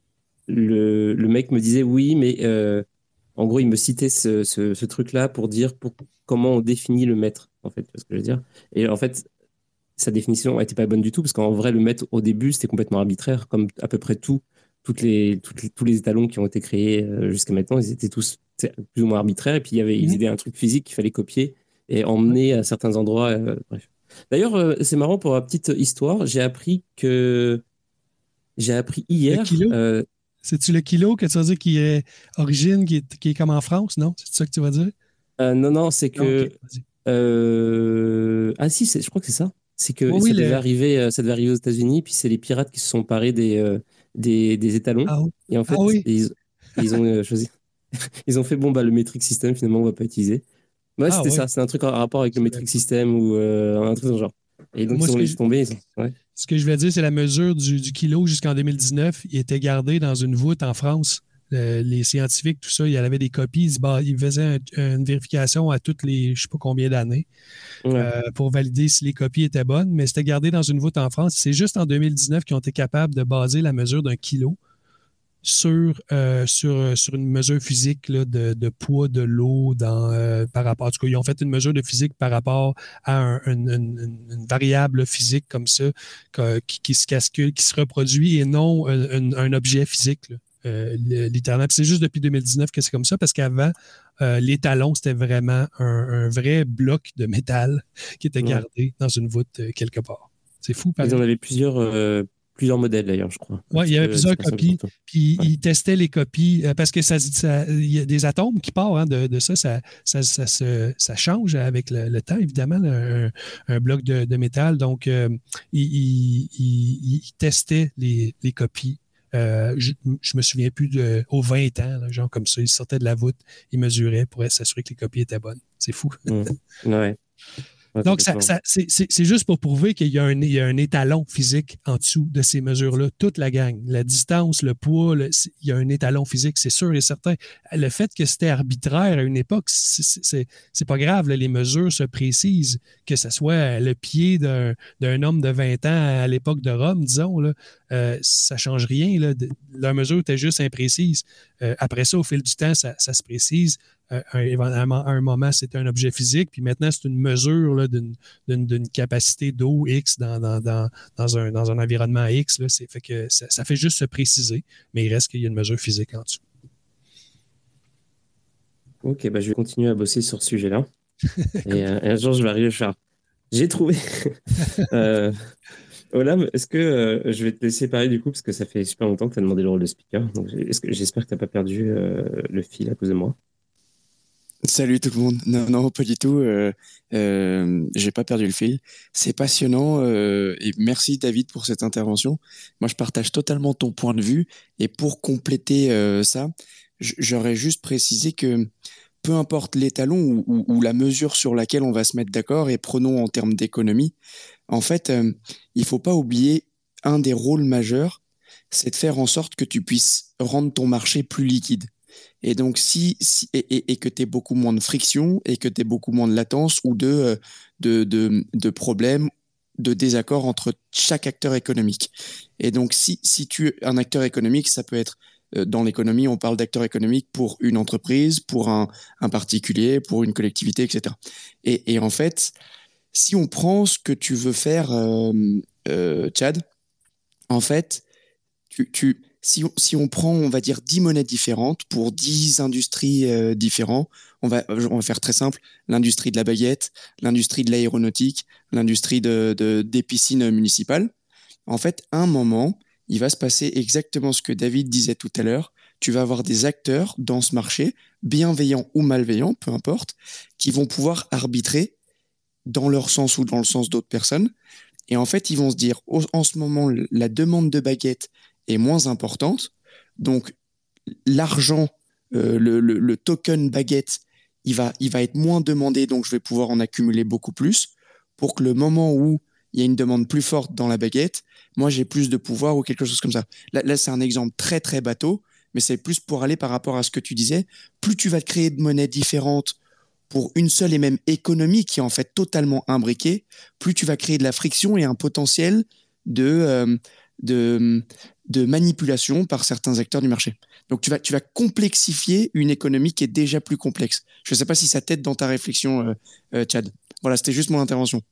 le, le mec me disait oui, mais euh, en gros, il me citait ce, ce, ce truc-là pour dire pour, comment on définit le mètre, en fait, tu vois ce que je veux dire. Et en fait, sa définition n'était pas bonne du tout, parce qu'en vrai, le mètre, au début, c'était complètement arbitraire, comme à peu près tout, toutes les, toutes les, tous les étalons qui ont été créés euh, jusqu'à maintenant, ils étaient tous plus ou moins arbitraires, et puis il y avait, ils avaient un truc physique qu'il fallait copier et emmener à certains endroits. Euh, bref. D'ailleurs, euh, c'est marrant pour la petite histoire, j'ai appris que j'ai appris hier. Le kilo? Euh, C'est-tu le kilo que tu vas dire qui est origine, qui est, qui est comme en France, non? C'est ça que tu vas dire? euh, non, non, c'est Non, que ok, vas-y. Euh, Ah si, c'est- je crois que c'est ça. C'est que Oui, oui, ça devait le. arriver, euh, ça devait arriver aux États-Unis, puis c'est les pirates qui se sont parés des, euh, des, des étalons. Ah oui. Et en Ah fait, oui. ils, ils ont euh, choisi. Ils ont fait bon bah le metric system finalement on va pas utiliser. Ouais, Ah c'était oui. ça. C'est un truc en rapport avec Je le savais metric pas. system ou euh, un truc dans le genre. Et donc Moi, ils ce ont que laissé je, tomber. Ils ont- Ouais. ce que je voulais dire, c'est la mesure du, du kilo jusqu'en deux mille dix-neuf. Il était gardé dans une voûte en France. Euh, les scientifiques, tout ça, il y avait des copies. Ils, bah, ils faisaient un, une vérification à toutes les, je ne sais pas combien d'années, Ouais. euh, pour valider si les copies étaient bonnes, mais c'était gardé dans une voûte en France. C'est juste en deux mille dix-neuf qu'ils ont été capables de baser la mesure d'un kilo sur, euh, sur, sur une mesure physique là, de, de poids de l'eau dans, euh, par rapport. En tout cas, ils ont fait une mesure de physique par rapport à un, une, une, une variable physique comme ça que, qui, qui se cascule, qui se reproduit et non un, un, un objet physique. Là. Euh, littéralement. Puis c'est juste depuis deux mille dix-neuf que c'est comme ça parce qu'avant, euh, l'étalon, c'était vraiment un, un vrai bloc de métal qui était Ouais. gardé dans une voûte euh, quelque part. C'est fou, Ils pareil. en avaient plusieurs, euh, plusieurs modèles d'ailleurs, je crois. Oui, il y avait plusieurs copies. Puis ouais. ils testaient les copies euh, parce que ça, ça, il y a des atomes qui partent hein, de, de ça, ça, ça, ça, ça, ça change avec le, le temps, évidemment, là, un, un bloc de, de métal. Donc, euh, ils, ils, ils, ils testaient les, les copies. Euh, je, je me souviens plus de aux vingt ans, là, genre comme ça, ils sortaient de la voûte, ils mesuraient pour s'assurer que les copies étaient bonnes. C'est fou. Mmh. Ouais. Ouais, donc, ça, ça, c'est, c'est juste pour prouver qu'il y a, un, il y a un étalon physique en dessous de ces mesures-là. Toute la gang, la distance, le poids, le, il y a un étalon physique, c'est sûr et certain. Le fait que c'était arbitraire à une époque, c'est, c'est, c'est pas grave. Là, les mesures se précisent, que ce soit le pied d'un, d'un homme de vingt ans à l'époque de Rome, disons, là, euh, ça change rien. Là. La mesure était juste imprécise. Euh, après ça, au fil du temps, ça, ça se précise. À un, un moment, c'était un objet physique, puis maintenant, c'est une mesure là, d'une, d'une, d'une capacité d'eau X dans, dans, dans, dans, un, dans un environnement X. Là. C'est fait que ça, ça fait juste se préciser, mais il reste qu'il y a une mesure physique en dessous. Ok, bah, je vais continuer à bosser sur ce sujet-là. Et euh, un jour, je vais arriver à faire. J'ai trouvé. euh, Olam, est-ce que euh, je vais te laisser parler du coup, parce que ça fait super longtemps que tu as demandé le rôle de speaker. Donc, est-ce que, j'espère que tu n'as pas perdu euh, le fil à cause de moi. Salut tout le monde. Non, non, pas du tout. Euh, euh, j'ai pas perdu le fil. C'est passionnant euh, et merci David pour cette intervention. Moi, je partage totalement ton point de vue et pour compléter euh, ça, j'aurais juste précisé que peu importe l'étalon ou, ou, ou la mesure sur laquelle on va se mettre d'accord et prenons en termes d'économie, en fait, euh, il faut pas oublier un des rôles majeurs, c'est de faire en sorte que tu puisses rendre ton marché plus liquide. Et donc, si, si et, et, et que tu aies beaucoup moins de friction et que tu aies beaucoup moins de latence ou de, de, de, de problèmes, de désaccords entre chaque acteur économique. Et donc, si, si tu es un acteur économique, ça peut être euh, dans l'économie, on parle d'acteur économique pour une entreprise, pour un, un particulier, pour une collectivité, et cetera. Et, et en fait, si on prend ce que tu veux faire, euh, euh, Chad, en fait, tu, tu, si, on, si on prend, on va dire, dix monnaies différentes pour dix industries euh, différentes, on va, on va faire très simple, l'industrie de la baguette, l'industrie de l'aéronautique, l'industrie de, de, des piscines municipales. En fait, à un moment, il va se passer exactement ce que David disait tout à l'heure. Tu vas avoir des acteurs dans ce marché, bienveillants ou malveillants, peu importe, qui vont pouvoir arbitrer dans leur sens ou dans le sens d'autres personnes. Et en fait, ils vont se dire, en ce moment, la demande de baguettes est moins importante. Donc, l'argent, euh, le, le, le token baguette, il va, il va être moins demandé, donc je vais pouvoir en accumuler beaucoup plus pour que le moment où il y a une demande plus forte dans la baguette, moi, j'ai plus de pouvoir ou quelque chose comme ça. Là, là c'est un exemple très, très bateau, mais c'est plus pour aller par rapport à ce que tu disais. Plus tu vas créer de monnaies différentes pour une seule et même économie qui est en fait totalement imbriquée, plus tu vas créer de la friction et un potentiel de, euh, de, de manipulation par certains acteurs du marché. Donc tu vas, tu vas complexifier une économie qui est déjà plus complexe. Je ne sais pas si ça t'aide dans ta réflexion, euh, euh, Chad. Voilà, c'était juste mon intervention.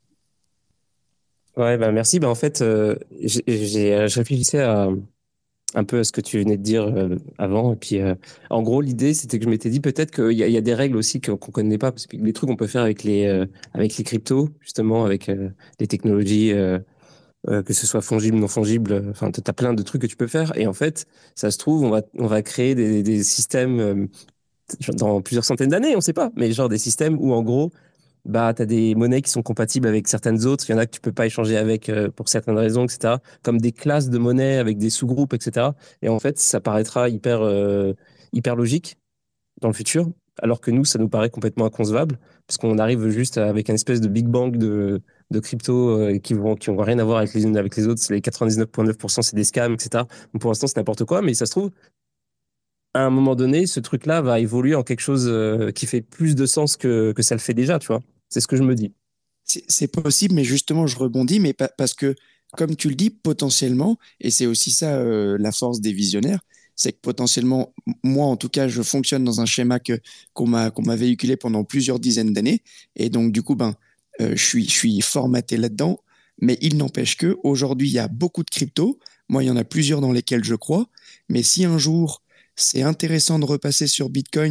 Ouais, bah merci. Bah en fait, euh, j'ai, j'ai, je réfléchissais à un peu à ce que tu venais de dire euh, avant. Et puis, euh, en gros, l'idée, c'était que je m'étais dit peut-être qu'il y a, il y a des règles aussi qu'on qu'on connaît pas, parce que les trucs qu'on peut faire avec les, euh, avec les cryptos, justement, avec euh, les technologies, euh, euh, que ce soit fongible, non fongible. Enfin, t'as plein de trucs que tu peux faire. Et en fait, ça se trouve, on va, on va créer des, des systèmes euh, dans plusieurs centaines d'années, on sait pas, mais genre des systèmes où, en gros, bah, tu as des monnaies qui sont compatibles avec certaines autres. Il y en a que tu peux pas échanger avec euh, pour certaines raisons, et cetera. Comme des classes de monnaies avec des sous-groupes, et cetera. Et en fait, ça paraîtra hyper, euh, hyper logique dans le futur, alors que nous, ça nous paraît complètement inconcevable, parce qu'on arrive juste avec une espèce de Big Bang de, de crypto euh, qui vont, qui ont rien à voir avec les unes avec les autres. C'est les quatre-vingt-dix-neuf virgule neuf pour cent, c'est des scams, et cetera. Donc pour l'instant, c'est n'importe quoi, mais ça se trouve, à un moment donné, ce truc-là va évoluer en quelque chose euh, qui fait plus de sens que, que ça le fait déjà, tu vois. C'est ce que je me dis. C'est, c'est possible, mais justement, je rebondis, mais pa- parce que, comme tu le dis, potentiellement, et c'est aussi ça euh, la force des visionnaires, c'est que potentiellement, m- moi en tout cas, je fonctionne dans un schéma que, qu'on m'a, qu'on m'a véhiculé pendant plusieurs dizaines d'années, et donc du coup, ben, euh, je suis, je suis formaté là-dedans, mais il n'empêche que aujourd'hui, il y a beaucoup de cryptos, moi, il y en a plusieurs dans lesquels je crois, mais si un jour, c'est intéressant de repasser sur Bitcoin,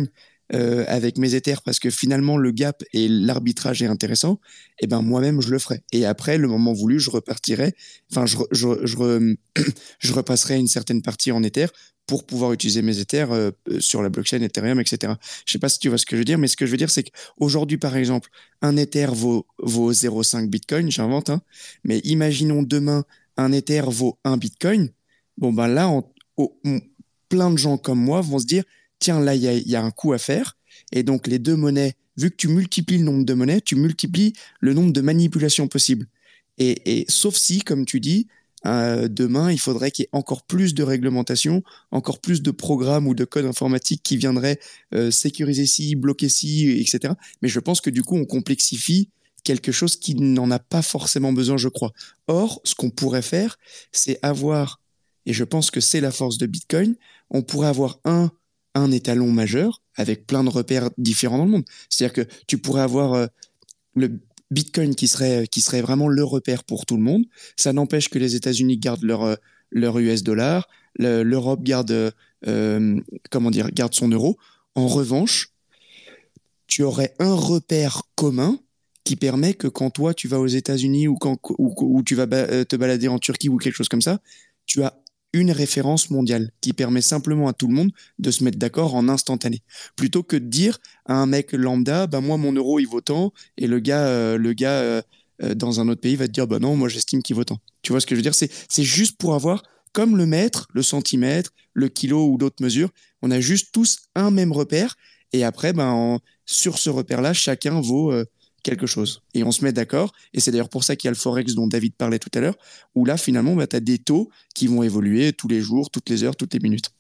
euh, avec mes Ethers parce que finalement le gap et l'arbitrage est intéressant, et ben moi-même je le ferai. Et après, le moment voulu, je repartirai, enfin je, re- je, je, re- je repasserai une certaine partie en Ether pour pouvoir utiliser mes Ethers euh, sur la blockchain Ethereum, et cetera. Je sais pas si tu vois ce que je veux dire, mais ce que je veux dire, c'est qu'aujourd'hui, par exemple, un Ether vaut, vaut zéro virgule cinq Bitcoin, j'invente, hein, mais imaginons demain, un Ether vaut un Bitcoin. Bon, ben là, on, on- on- plein de gens comme moi vont se dire, tiens, là, il y a, il y a un coup à faire. Et donc, les deux monnaies, vu que tu multiplies le nombre de monnaies, tu multiplies le nombre de manipulations possibles. Et, et sauf si, comme tu dis, euh, demain, il faudrait qu'il y ait encore plus de réglementation, encore plus de programmes ou de codes informatiques qui viendraient euh, sécuriser ci, bloquer ci, et cetera. Mais je pense que du coup, on complexifie quelque chose qui n'en a pas forcément besoin, je crois. Or, ce qu'on pourrait faire, c'est avoir, et je pense que c'est la force de Bitcoin, on pourrait avoir un, un étalon majeur avec plein de repères différents dans le monde. C'est-à-dire que tu pourrais avoir euh, le Bitcoin qui serait, qui serait vraiment le repère pour tout le monde. Ça n'empêche que les États-Unis gardent leur, euh, leur U S dollar, le- l'Europe garde, euh, comment dire, garde son euro. En revanche, tu aurais un repère commun qui permet que quand toi tu vas aux États-Unis ou quand ou, ou tu vas ba- euh, te balader en Turquie ou quelque chose comme ça, tu as une référence mondiale qui permet simplement à tout le monde de se mettre d'accord en instantané. Plutôt que de dire à un mec lambda, bah moi mon euro il vaut tant, et le gars, euh, le gars euh, euh, dans un autre pays va te dire bah non, moi j'estime qu'il vaut tant. Tu vois ce que je veux dire? C'est, c'est juste pour avoir, comme le mètre, le centimètre, le kilo ou d'autres mesures, on a juste tous un même repère, et après, ben, en- sur ce repère-là, chacun vaut euh, quelque chose. Et on se met d'accord, et c'est d'ailleurs pour ça qu'il y a le Forex dont David parlait tout à l'heure, où là, finalement, bah, tu as des taux qui vont évoluer tous les jours, toutes les heures, toutes les minutes.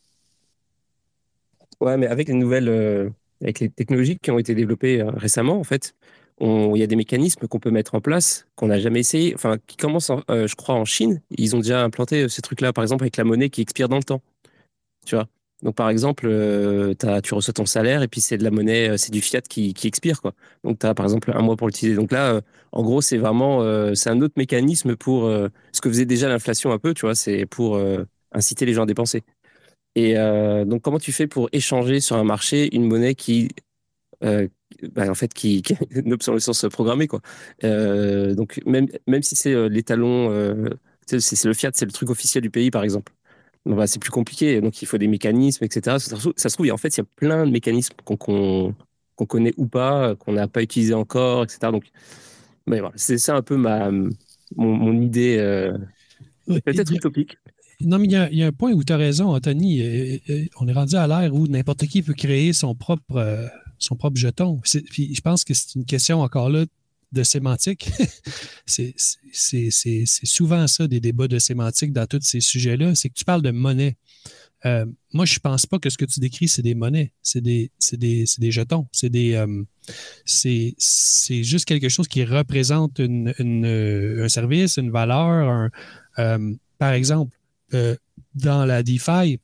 Ouais, mais avec les nouvelles, euh, avec les technologies qui ont été développées euh, récemment, en fait, on- il y a des mécanismes qu'on peut mettre en place qu'on n'a jamais essayé, enfin, qui commencent, en- euh, je crois, en Chine. Ils ont déjà implanté euh, ces trucs-là, par exemple, avec la monnaie qui expire dans le temps, tu vois. Donc, par exemple, euh, t'as- tu reçois ton salaire et puis c'est de la monnaie, euh, c'est du fiat qui, qui expire, quoi. Donc, tu as, par exemple, un mois pour l'utiliser. Donc là, euh, en gros, c'est vraiment, euh, c'est un autre mécanisme pour euh, ce que faisait déjà l'inflation un peu, tu vois, c'est pour euh, inciter les gens à dépenser. Et euh, donc, comment tu fais pour échanger sur un marché une monnaie qui, euh, bah, en fait, qui, qui a une obsolescence programmée, quoi. Euh, donc, même, même si c'est euh, l'étalon, euh, tu sais, c'est c'est le fiat, c'est le truc officiel du pays, par exemple. Bon, bah, c'est plus compliqué. Donc, il faut des mécanismes, et cetera. Ça se trouve, ça se trouve, il y a- en fait, il y a plein de mécanismes qu'on qu'on qu'on connaît ou pas, qu'on n'a pas utilisé encore, et cetera. Donc, mais voilà, c'est ça un peu ma, mon, mon idée, euh, Ouais, il peut-être y a- utopique. non, mais il y a, il y a un point où tu as raison, Anthony. Euh, euh, on est rendu à l'ère où n'importe qui peut créer son propre, euh, son propre jeton. C'est- Puis je pense que c'est une question encore là de sémantique. c'est c'est- c'est- c'est souvent ça, des débats de sémantique dans tous ces sujets-là. C'est que tu parles de monnaie. Euh, moi, je pense pas que ce que tu décris, c'est des monnaies. C'est des, c'est des, c'est des jetons. C'est des, euh, c'est, c'est juste quelque chose qui représente une, une, euh, un service, une valeur. Un, euh, par exemple, euh, dans la DeFi,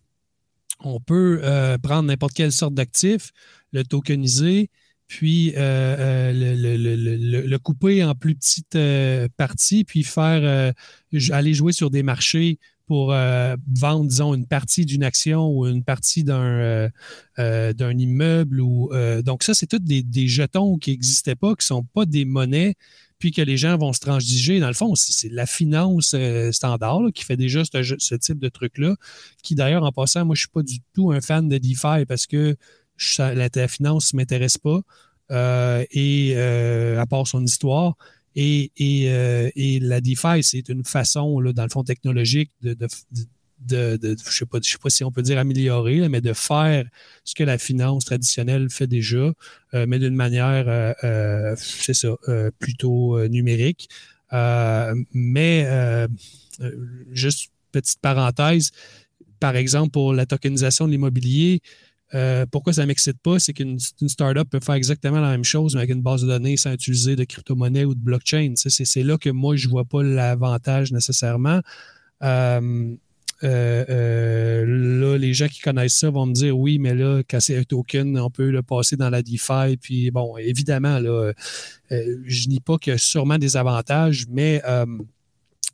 on peut euh, prendre n'importe quelle sorte d'actif, le tokeniser, puis euh, euh, le, le, le, le, le couper en plus petites euh, parties, puis faire euh, aller jouer sur des marchés pour euh, vendre, disons, une partie d'une action ou une partie d'un euh, euh, d'un immeuble. Ou, euh, donc ça, c'est tous des, des jetons qui n'existaient pas, qui ne sont pas des monnaies, puis que les gens vont se transiger. Dans le fond, c'est, c'est la finance euh, standard là, qui fait déjà ce, ce type de truc-là, qui d'ailleurs, en passant, moi, je ne suis pas du tout un fan de DeFi parce que je, la, la finance ne m'intéresse pas, euh, et euh, à part son histoire. Et, et, euh, et la DeFi, c'est une façon, là, dans le fond technologique, de, de, de, de je ne sais pas, je sais pas si on peut dire améliorer, là, mais de faire ce que la finance traditionnelle fait déjà, euh, mais d'une manière, euh, euh, c'est ça, euh, plutôt euh, numérique. Euh, mais, euh, juste petite parenthèse, par exemple, pour la tokenisation de l'immobilier, euh, pourquoi ça ne m'excite pas, c'est qu'une une startup peut faire exactement la même chose, mais avec une base de données sans utiliser de crypto-monnaie ou de blockchain. C'est, c'est là que moi, je ne vois pas l'avantage nécessairement. Euh, euh, euh, là, les gens qui connaissent ça vont me dire oui, mais là, quand c'est un token, on peut le passer dans la DeFi. Puis bon, évidemment, là, euh, je nie pas qu'il y a sûrement des avantages, mais euh,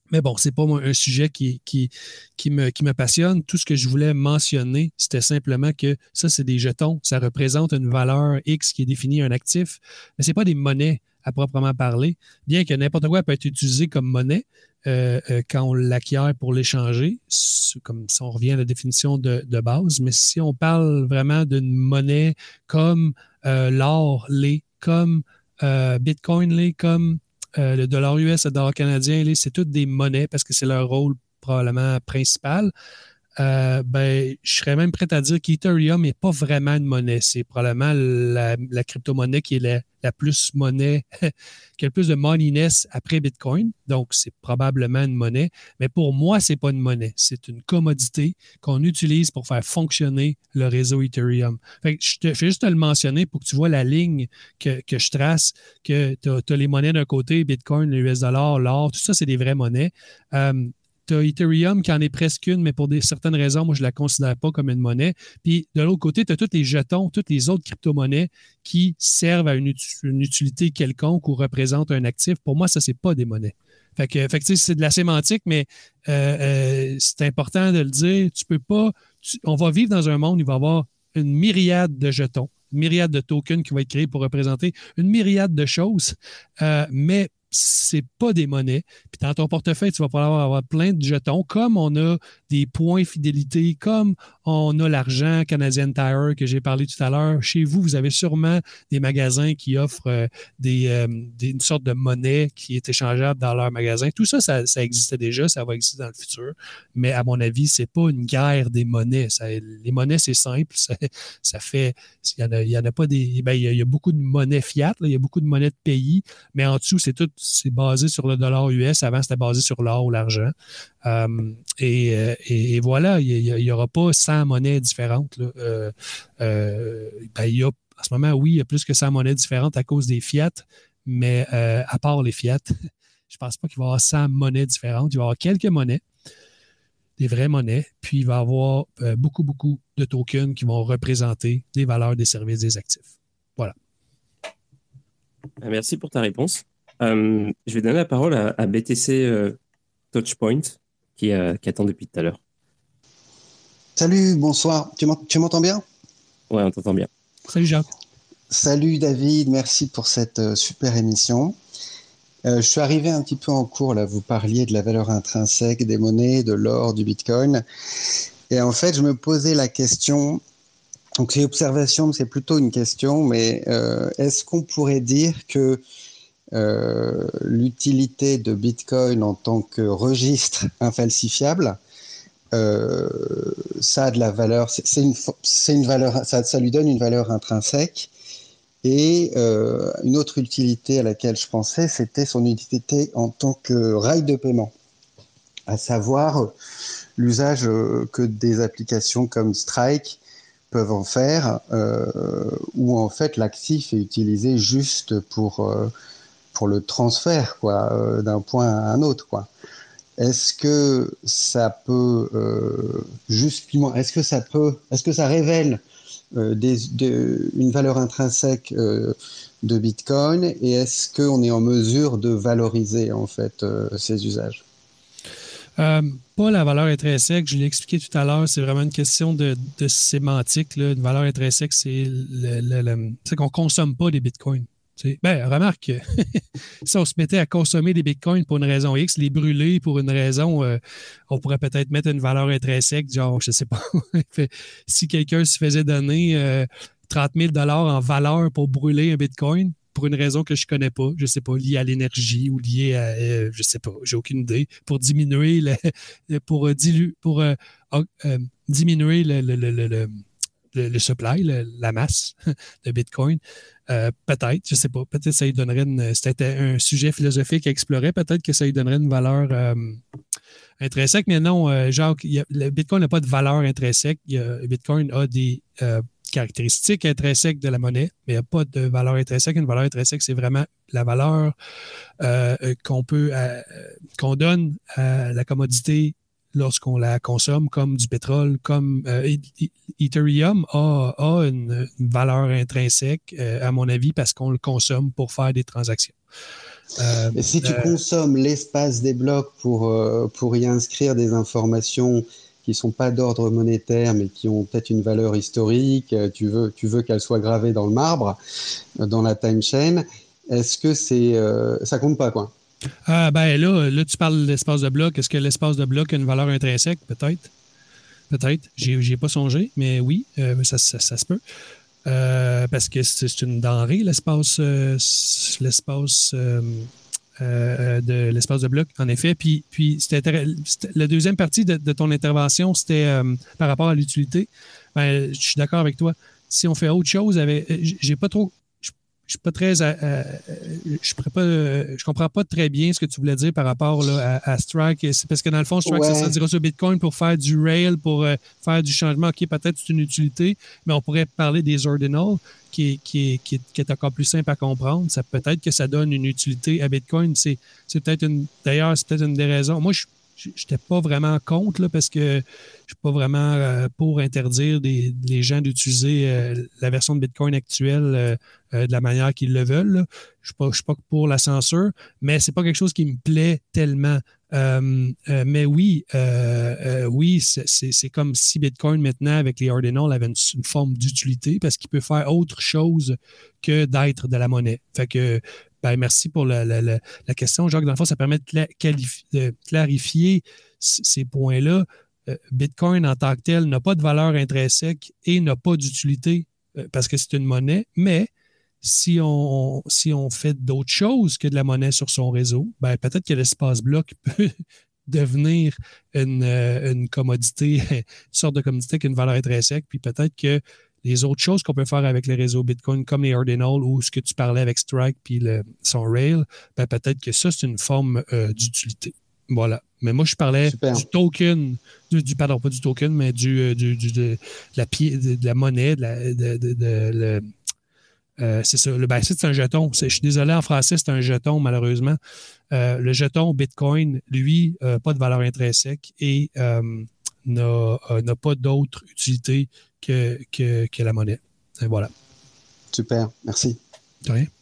Mais bon, c'est pas moi, un sujet qui, qui, qui, me, qui me passionne. Tout ce que je voulais mentionner, c'était simplement que ça, c'est des jetons. Ça représente une valeur X qui est définie, un actif, mais c'est pas des monnaies à proprement parler, bien que n'importe quoi peut être utilisé comme monnaie euh, euh, quand on l'acquiert pour l'échanger, comme si on revient à la définition de, de base. Mais si on parle vraiment d'une monnaie comme euh, l'or, l'est, comme euh, Bitcoin, l'est, comme Euh, le dollar U S, le dollar canadien, les, c'est toutes des monnaies parce que c'est leur rôle probablement principal. Euh, ben, je serais même prêt à dire qu'Ethereum n'est pas vraiment une monnaie. C'est probablement la, la crypto-monnaie qui est la, la plus monnaie, qui a le plus de moneyness après Bitcoin. Donc, c'est probablement une monnaie. Mais pour moi, c'est pas une monnaie. C'est une commodité qu'on utilise pour faire fonctionner le réseau Ethereum. Fait que je te fais juste te le mentionner pour que tu vois la ligne que, que je trace, que tu as les monnaies d'un côté, Bitcoin, le U S dollar, l'or, tout ça, c'est des vraies monnaies. Euh, Tu as Ethereum qui en est presque une, mais pour des, certaines raisons, moi, je ne la considère pas comme une monnaie. Puis de l'autre côté, tu as tous les jetons, toutes les autres crypto-monnaies qui servent à une, ut- une utilité quelconque ou représentent un actif. Pour moi, ça, c'est pas des monnaies. Fait que, fait que c'est de la sémantique, mais euh, euh, c'est important de le dire. Tu peux pas. Tu, on va vivre dans un monde où il va y avoir une myriade de jetons, une myriade de tokens qui vont être créés pour représenter une myriade de choses, euh, mais c'est pas des monnaies. Puis dans ton portefeuille, tu vas pouvoir avoir plein de jetons, comme on a des points fidélité, comme on a l'argent Canadian Tire que j'ai parlé tout à l'heure. Chez vous, vous avez sûrement des magasins qui offrent euh, des, euh, des, une sorte de monnaie qui est échangeable dans leur magasin. Tout ça, ça, ça existait déjà, ça va exister dans le futur. Mais à mon avis, c'est pas une guerre des monnaies. Ça, les monnaies, c'est simple. Ça, ça fait... Il y en a, il y en a pas des... Ben, il y a, il y a beaucoup de monnaies fiat, là, il y a beaucoup de monnaies de pays, mais en dessous, c'est tout c'est basé sur le dollar U S. Avant, c'était basé sur l'or ou l'argent. Euh, et, et, et voilà, il n'y aura pas cent monnaies différentes. Là. Euh, euh, ben, il y a, en ce moment, oui, il y a plus que cent monnaies différentes à cause des fiat, mais euh, à part les fiat, je ne pense pas qu'il va y avoir cent monnaies différentes. Il va y avoir quelques monnaies, des vraies monnaies, puis il va y avoir euh, beaucoup, beaucoup de tokens qui vont représenter des valeurs, des services, des actifs. Voilà. Merci pour ta réponse. Euh, je vais donner la parole à, à B T C euh, Touchpoint, qui, euh, qui attend depuis tout à l'heure. Salut, bonsoir. Tu m'entends bien? Ouais, on t'entend bien. Salut Jacques. Salut David, merci pour cette euh, super émission. Euh, je suis arrivé un petit peu en cours, là, vous parliez de la valeur intrinsèque des monnaies, de l'or, du Bitcoin. Et en fait, je me posais la question, donc c'est observation, c'est plutôt une question, mais euh, est-ce qu'on pourrait dire que Euh, l'utilité de Bitcoin en tant que registre infalsifiable, euh, ça a de la valeur, c'est une, c'est une valeur, ça, ça lui donne une valeur intrinsèque. Et euh, une autre utilité à laquelle je pensais, c'était son utilité en tant que rail de paiement, à savoir l'usage que des applications comme Strike peuvent en faire, euh, où en fait l'actif est utilisé juste pour euh, pour le transfert, quoi, euh, d'un point à un autre, quoi. Est-ce que ça peut euh, justement, est-ce que ça peut, est-ce que ça révèle euh, des, de, une valeur intrinsèque euh, de Bitcoin, et est-ce qu'on est en mesure de valoriser en fait euh, ces usages? Euh, pas la valeur intrinsèque, je l'ai expliqué tout à l'heure, c'est vraiment une question de, de sémantique. Là. Une valeur intrinsèque, c'est, le, le, le, c'est qu'on ne consomme pas des bitcoins. Ben, remarque, si on se mettait à consommer des bitcoins pour une raison X, les brûler pour une raison, euh, on pourrait peut-être mettre une valeur intrinsèque, genre, je sais pas, si quelqu'un se faisait donner euh, trente mille dollars en valeur pour brûler un bitcoin, pour une raison que je connais pas, je sais pas, liée à l'énergie ou liée à, euh, je sais pas, j'ai aucune idée, pour diminuer, le, pour, dilu, pour euh, euh, diminuer le, le, le, le Le, le supply, le, la masse de Bitcoin. Euh, peut-être, je ne sais pas, peut-être que ça lui donnerait une, c'était un sujet philosophique à explorer, peut-être que ça lui donnerait une valeur euh, intrinsèque, mais non, euh, genre, y a, le Bitcoin n'a pas de valeur intrinsèque. Y a, le Bitcoin a des euh, caractéristiques intrinsèques de la monnaie, mais il n'y a pas de valeur intrinsèque. Une valeur intrinsèque, c'est vraiment la valeur euh, qu'on peut, euh, qu'on donne à la commodité lorsqu'on la consomme comme du pétrole, comme euh, Ethereum a, a une, une valeur intrinsèque, euh, à mon avis, parce qu'on le consomme pour faire des transactions. Euh, Et si tu euh, consommes l'espace des blocs pour, euh, pour y inscrire des informations qui ne sont pas d'ordre monétaire, mais qui ont peut-être une valeur historique, tu veux, tu veux qu'elles soient gravées dans le marbre, dans la time chain, est-ce que c'est, euh, ça compte pas, quoi? Ah, ben là, là, tu parles de l'espace de bloc. Est-ce que l'espace de bloc a une valeur intrinsèque? Peut-être. Peut-être. J'y ai pas songé, mais oui, euh, ça, ça, ça se peut. Euh, parce que c'est une denrée, l'espace, euh, l'espace euh, euh, de l'espace de bloc, en effet. Puis, puis c'était, c'était la deuxième partie de, de ton intervention, c'était euh, par rapport à l'utilité. Ben, je suis d'accord avec toi. Si on fait autre chose, avec, j'ai pas trop. Je suis pas très, euh, je pourrais pas, euh, je comprends pas très bien ce que tu voulais dire par rapport là, à, à Strike. C'est parce que dans le fond, Strike, ouais. ça se dira sur Bitcoin pour faire du rail, pour euh, faire du changement. Ok, peut-être c'est une utilité, mais on pourrait parler des ordinals, qui est, qui est, qui est, qui est encore plus simple à comprendre. Ça peut-être que ça donne une utilité à Bitcoin. C'est, c'est peut-être une, d'ailleurs, c'est peut-être une des raisons. Moi, je je n'étais pas vraiment contre, là, parce que je ne suis pas vraiment euh, pour interdire des, les gens d'utiliser euh, la version de Bitcoin actuelle euh, euh, de la manière qu'ils le veulent. Là. Je ne suis pas pour la censure, mais ce n'est pas quelque chose qui me plaît tellement. Euh, euh, mais oui, euh, euh, oui, c'est, c'est, c'est comme si Bitcoin maintenant, avec les ordinals, avait une, une forme d'utilité parce qu'il peut faire autre chose que d'être de la monnaie. Fait que Ben, merci pour la, la, la, la question, Jacques. Dans le fond, ça permet de, cla- qualifi- de clarifier c- ces points-là. Euh, Bitcoin, en tant que tel, n'a pas de valeur intrinsèque et n'a pas d'utilité euh, parce que c'est une monnaie, mais si on, si on fait d'autres choses que de la monnaie sur son réseau, ben, peut-être que l'espace bloc peut devenir une, une commodité, une sorte de commodité qui a une valeur intrinsèque, puis peut-être que les autres choses qu'on peut faire avec les réseaux Bitcoin, comme les ordinals ou ce que tu parlais avec Strike puis le, son rail, ben peut-être que ça, c'est une forme euh, d'utilité. Voilà. Mais moi, je parlais Super. du token, du, du, pardon, pas du token, mais du, du, du de, de, la, de, de la monnaie, de la, de, de, de, le, euh, c'est ça. Le ben, c'est un jeton. C'est, je suis désolé, en français, c'est un jeton, malheureusement. Euh, le jeton Bitcoin, lui, euh, pas de valeur intrinsèque et euh, n'a, euh, n'a pas d'autre utilité que, que, que la monnaie. Et voilà. Super, merci. De rien.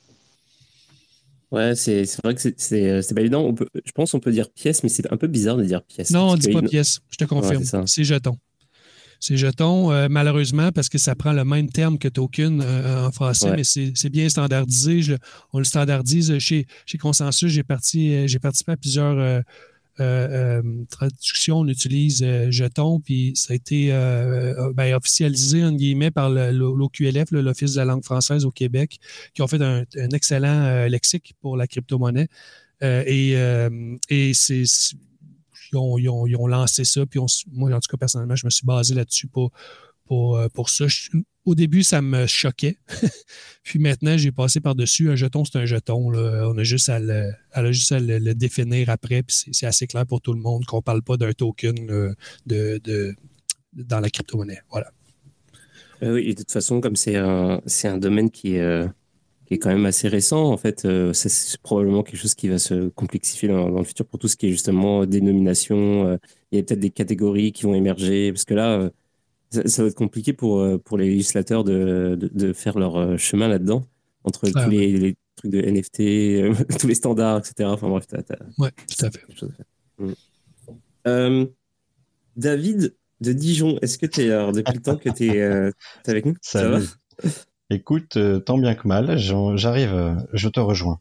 Ouais, c'est, c'est vrai que c'est, c'est, c'est pas évident. On peut, je pense qu'on peut dire pièce, mais c'est un peu bizarre de dire pièce. Non, on ne dit pas il... pièce, je te confirme. Ouais, c'est, c'est jeton. C'est jeton, euh, malheureusement, parce que ça prend le même terme que token euh, en français, ouais. mais c'est, c'est bien standardisé. Je, on le standardise chez, chez Consensus. J'ai, parti, j'ai participé à plusieurs euh, euh, traductions. On utilise euh, jeton, puis ça a été euh, ben, officialisé, en guillemets, par le, l'O Q L F, là, l'Office de la langue française au Québec, qui ont fait un, un excellent euh, lexique pour la crypto-monnaie. Euh, et, euh, et c'est... c'est Ils ont, ils, ont, ils ont lancé ça, puis on, moi, en tout cas, personnellement, je me suis basé là-dessus pour, pour, pour ça. Je, au début, ça me choquait. Puis maintenant, j'ai passé par-dessus. Un jeton, c'est un jeton. Là. On a juste à le, elle a juste à le, le définir après, puis c'est, c'est assez clair pour tout le monde qu'on ne parle pas d'un token là, de, de, dans la crypto-monnaie. Voilà. Euh, oui, et de toute façon, comme c'est un, c'est un domaine qui est... Euh... qui est quand même assez récent. En fait, euh, c'est, c'est probablement quelque chose qui va se complexifier dans, dans le futur pour tout ce qui est justement dénomination. Euh, il y a peut-être des catégories qui vont émerger, parce que là, euh, ça, ça va être compliqué pour, euh, pour les législateurs de, de, de faire leur euh, chemin là-dedans, entre ah, tous les, ouais. les trucs de N F T, euh, tous les standards, et cetera. Enfin bref, t'as, t'as, ouais, tout à fait. Quelque chose à faire. Mmh. Euh, David de Dijon, est-ce que tu es, alors depuis le temps que tu es euh, avec nous? Salut. Ça va? Écoute, euh, tant bien que mal, j'arrive, euh, je te rejoins.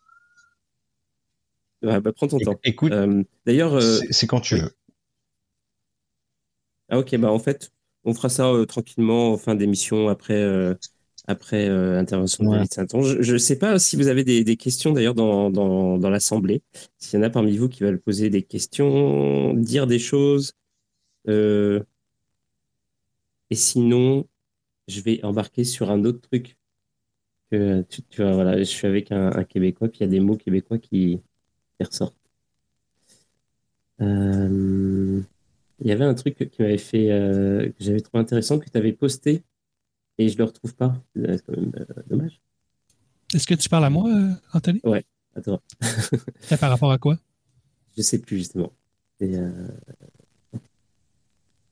Ouais, bah, prends ton é- temps. Écoute, euh, d'ailleurs, euh, c'est, c'est quand tu oui. veux. Ah ok, bah en fait, on fera ça euh, tranquillement en fin d'émission après, euh, après euh, intervention de Ouais. David Sainton. Je ne sais pas si vous avez des, des questions d'ailleurs dans, dans, dans l'Assemblée. S'il y en a parmi vous qui veulent poser des questions, dire des choses. Euh, et sinon, je vais embarquer sur un autre truc. Que tu, tu vois, voilà, je suis avec un, un Québécois, puis il y a des mots québécois qui, qui ressortent. Euh, il y avait un truc qui m'avait fait, euh, que j'avais trouvé intéressant, que tu avais posté, et je le retrouve pas. C'est quand même euh, dommage. Est-ce que tu parles à moi, euh, Anthony? Ouais, à toi. Et par rapport à quoi? Je sais plus, justement. Et, euh,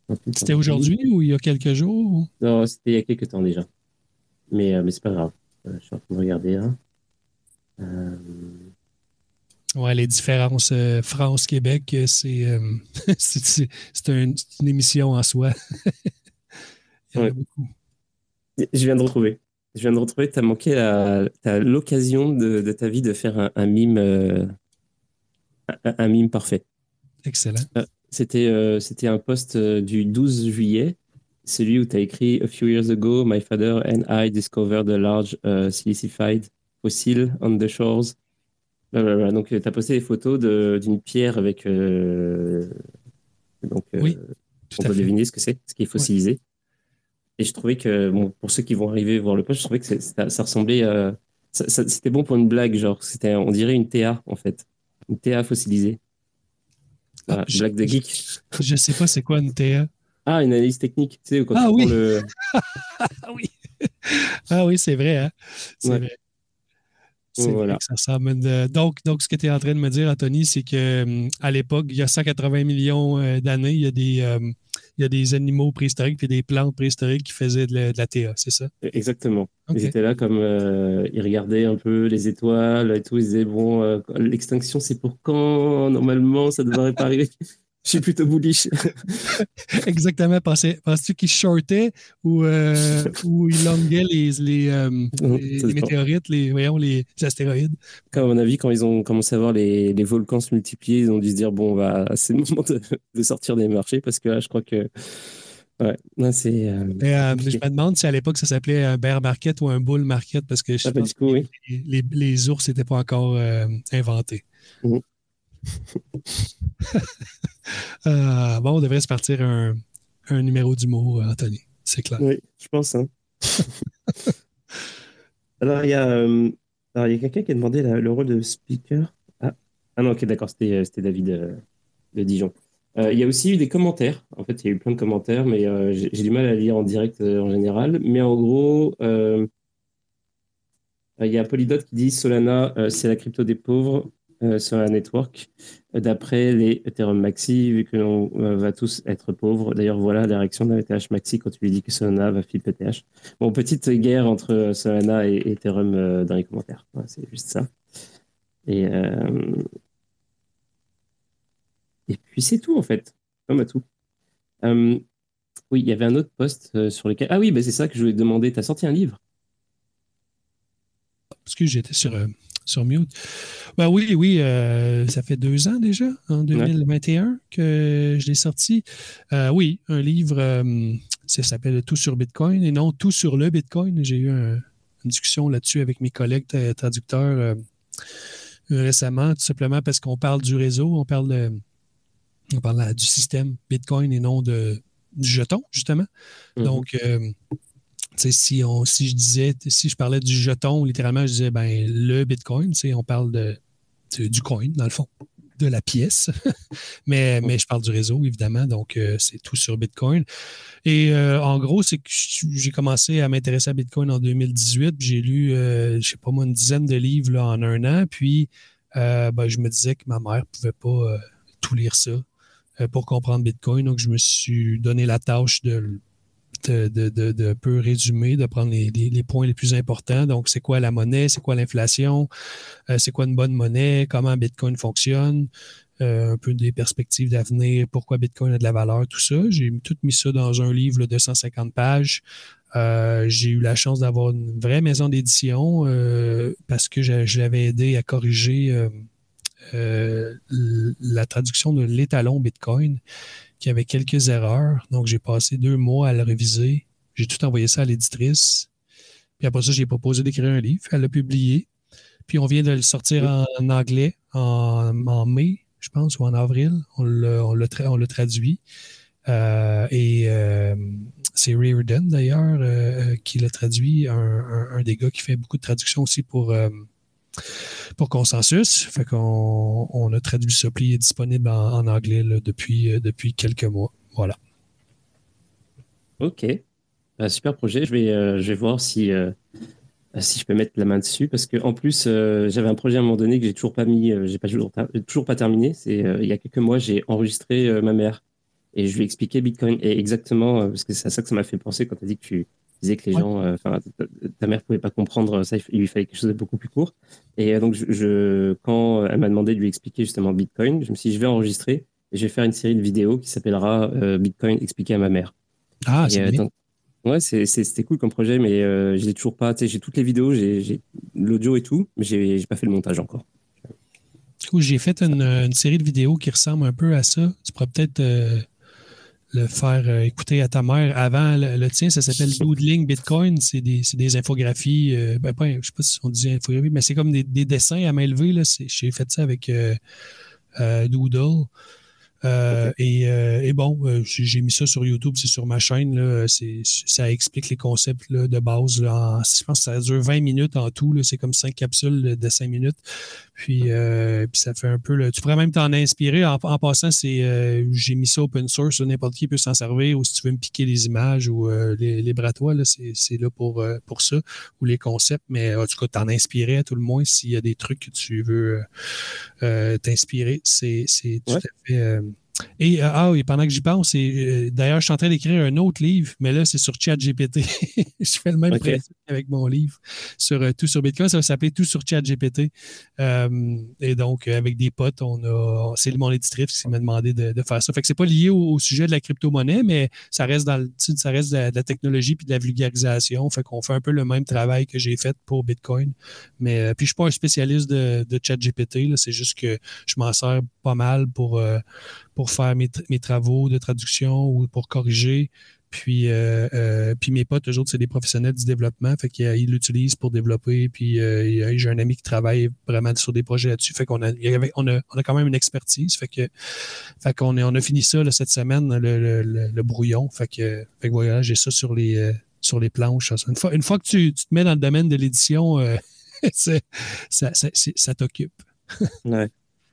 C'était aujourd'hui ou il y a quelques jours? Non, c'était il y a quelques temps déjà. Mais, euh, mais c'est pas grave. Euh, je suis en train de regarder. Hein. Euh... Ouais, les différences euh, France-Québec, euh, c'est, euh, c'est, c'est, c'est, un, c'est une émission en soi. Il y en Ouais. a beaucoup. Je viens de retrouver. Je viens de retrouver. Tu as manqué la, t'as l'occasion de, de ta vie de faire un, un mime, euh, un, un mime parfait. Excellent. Euh, c'était, euh, c'était un post euh, du douze juillet. Celui où tu as écrit A few years ago, my father and I discovered a large uh, silicified fossil on the shores. Blablabla. Donc, tu as posté des photos de, d'une pierre avec. Euh, donc, euh, Oui, tout on à peut fait. deviner ce que c'est, ce qui est fossilisé. Ouais. Et je trouvais que, bon, pour ceux qui vont arriver voir le post, je trouvais que c'est, ça, ça ressemblait. Euh, ça, ça, c'était bon pour une blague, genre, c'était, on dirait une T A, en fait. Une T A fossilisée. Voilà, Ah, je, blague de je, geek. je sais pas c'est quoi une T A. Ah, une analyse technique, tu sais, quand Ah tu oui. prends le. Ah oui. Ah oui, c'est vrai, hein? C'est Ouais. vrai. C'est Voilà. vrai que ça ressemble. De... Donc, donc, ce que tu es en train de me dire, Anthony, c'est que à l'époque, il y a cent quatre-vingts millions d'années, il y a des, euh, il y a des animaux préhistoriques et des plantes préhistoriques qui faisaient de la, de la T A, c'est ça? Exactement. Okay. Ils étaient là comme euh, ils regardaient un peu les étoiles et tout. Ils disaient bon, euh, l'extinction c'est pour quand? Normalement, ça devrait pas arriver. Je suis plutôt bullish. Exactement. Penses-tu qu'ils shortaient ou, euh, ou ils longuaient les, les, euh, les, les météorites, les, voyons, les astéroïdes? À mon avis, quand ils ont commencé à voir les, les volcans se multiplier, ils ont dû se dire bon, bah, c'est le moment de, de sortir des marchés parce que là, je crois que. Ouais, là, c'est. Euh, Mais, euh, je me demande si à l'époque ça s'appelait un bear market ou un bull market parce que je ah, bah, pense du coup, que oui. les, les, les ours n'étaient pas encore euh, inventés. Mmh. euh, bon, on devrait se partir un, un numéro d'humour, Anthony. C'est clair. Oui, je pense. Hein. Alors, il y a, euh, alors, il y a quelqu'un qui a demandé la, le rôle de speaker. Ah, ah non, ok, d'accord, c'était, c'était David euh, de Dijon. Euh, il y a aussi eu des commentaires. En fait, il y a eu plein de commentaires, mais euh, j'ai, j'ai du mal à lire en direct euh, en général. Mais en gros, euh, il y a Polydot qui dit Solana, euh, c'est la crypto des pauvres euh, sur la network. Euh, d'après les Ethereum Maxi, vu que l'on euh, va tous être pauvres. D'ailleurs, voilà la réaction d'un E T H Maxi quand tu lui dis que Solana va flipper E T H. Bon, petite guerre entre Solana et Ethereum euh, dans les commentaires. Voilà, c'est juste ça. Et, euh... et puis c'est tout en fait. Comme à tout. Euh, oui, il y avait un autre post euh, sur lequel. Ah oui, bah, c'est ça que je voulais te demander. Tu as sorti un livre? Excuse, j'étais sur, euh, sur mute. Ben oui, oui, euh, ça fait deux ans déjà, en deux mille vingt et un, ouais. que je l'ai sorti. Euh, oui, un livre, euh, ça s'appelle Tout sur Bitcoin et non Tout sur le Bitcoin. J'ai eu un, une discussion là-dessus avec mes collègues traducteurs euh, récemment, tout simplement parce qu'on parle du réseau, on parle, de, on parle là, du système Bitcoin et non de, du jeton, justement. Mm-hmm. Donc, euh, si, on, si je disais, si je parlais du jeton, littéralement, je disais ben, le Bitcoin, on parle de, de, du coin, dans le fond, de la pièce. mais, mais je parle du réseau, évidemment, donc euh, c'est tout sur Bitcoin. Et euh, en gros, c'est que j'ai commencé à m'intéresser à Bitcoin en deux mille dix-huit. J'ai lu, euh, je ne sais pas moi, une dizaine de livres là, en un an. Puis, euh, ben, je me disais que ma mère ne pouvait pas euh, tout lire ça euh, pour comprendre Bitcoin. Donc, je me suis donné la tâche de De, de, de, de peu résumer, de prendre les, les, les points les plus importants. Donc, c'est quoi la monnaie, c'est quoi l'inflation, euh, c'est quoi une bonne monnaie, comment Bitcoin fonctionne, euh, un peu des perspectives d'avenir, pourquoi Bitcoin a de la valeur, tout ça. J'ai tout mis ça dans un livre de cent cinquante pages. Euh, j'ai eu la chance d'avoir une vraie maison d'édition euh, parce que je, je l'avais aidé à corriger euh, euh, la traduction de l'étalon Bitcoin qui avait quelques erreurs. Donc, j'ai passé deux mois à le réviser. J'ai tout envoyé ça à l'éditrice. Puis après ça, j'ai proposé d'écrire un livre. Elle l'a publié. Puis on vient de le sortir en, en anglais en, en mai, je pense, ou en avril. On l'a, on l'a, tra- on l'a traduit. Euh, et euh, c'est Reardon, d'ailleurs, euh, qui l'a traduit. Un, un, un des gars qui fait beaucoup de traductions aussi pour... Euh, pour Consensus. Fait qu'on on a traduit ça, puis il est disponible en, en anglais là, depuis, euh, depuis quelques mois. Voilà. Ok. Euh, super projet. Je vais, euh, je vais voir si, euh, si je peux mettre la main dessus. Parce qu'en plus, euh, j'avais un projet à un moment donné que j'ai toujours pas mis, euh, j'ai pas toujours, toujours pas terminé. C'est, euh, il y a quelques mois, j'ai enregistré euh, ma mère. et je lui ai expliqué Bitcoin. Et exactement, euh, parce que c'est à ça que ça m'a fait penser quand tu as dit que tu disais que les Ouais. gens, enfin, euh, ta, ta mère pouvait pas comprendre ça, il lui fallait quelque chose de beaucoup plus court. Et euh, donc, je, je, quand elle m'a demandé de lui expliquer justement Bitcoin, je me suis dit, je vais enregistrer et je vais faire une série de vidéos qui s'appellera euh, Bitcoin expliqué à ma mère. Ah, Et c'est euh, bien. donc, ouais, c'est, c'est, c'était cool comme projet, mais euh, je l'ai toujours pas. Tu sais, j'ai toutes les vidéos, j'ai, j'ai l'audio et tout, mais j'ai, j'ai pas fait le montage encore. Cool, j'ai fait une, une série de vidéos qui ressemble un peu à ça. Tu pourrais peut-être euh, le faire euh, écouter à ta mère avant le, le tien. Ça s'appelle Doodling Bitcoin. C'est des, c'est des infographies. Euh, ben, pas, je sais pas si on dit infographie, mais c'est comme des, des dessins à main levée. Là. C'est, j'ai fait ça avec euh, euh, Doodle. Euh, Ok. et, euh, et bon, euh, j'ai, j'ai mis ça sur YouTube, c'est sur ma chaîne. Là, c'est, ça explique les concepts là, de base. Là, en, je pense que ça dure vingt minutes en tout. Là, c'est comme cinq capsules de cinq minutes. Puis, euh, puis ça fait un peu. Là, tu pourrais même t'en inspirer. En, en passant, c'est, euh, j'ai mis ça open source. Là, n'importe qui peut s'en servir. Ou si tu veux me piquer les images ou euh, les, les bras à toi, là, c'est, c'est là pour, euh, pour ça. Ou les concepts. Mais en tout cas, t'en inspirer à tout le moins s'il y a des trucs que tu veux euh, t'inspirer. C'est, c'est tout Ouais. à fait. Euh, Et, euh, ah oui, pendant que j'y pense, et, euh, d'ailleurs, je suis en train d'écrire un autre livre, mais là, c'est sur ChatGPT. Je fais le même Ok. principe avec mon livre sur euh, tout sur Bitcoin. Ça va s'appeler Tout sur ChatGPT. Euh, et donc, euh, avec des potes, on a, c'est mon éditrice qui m'a demandé de, de faire ça. Fait que c'est pas lié au, au sujet de la crypto-monnaie, mais ça reste dans le, ça reste de la, de la technologie puis de la vulgarisation. Fait qu'on fait un peu le même travail que j'ai fait pour Bitcoin. Mais euh, puis je suis pas un spécialiste de, de ChatGPT, là. C'est juste que je m'en sers pas mal pour euh, pour faire mes, mes travaux de traduction ou pour corriger. Puis, euh, euh, puis mes potes, eux autres, c'est des professionnels du développement. Fait qu'ils l'utilisent pour développer. Puis euh, j'ai un ami qui travaille vraiment sur des projets là-dessus. Fait qu'on a, on a, on a quand même une expertise. Fait que, fait qu'on a, on a fini ça là, cette semaine, le, le, le, le brouillon. Fait que, fait que voilà, j'ai ça sur les, euh, sur les planches. Une fois, une fois que tu, tu te mets dans le domaine de l'édition, euh, c'est, ça, ça, c'est, ça t'occupe. Ouais.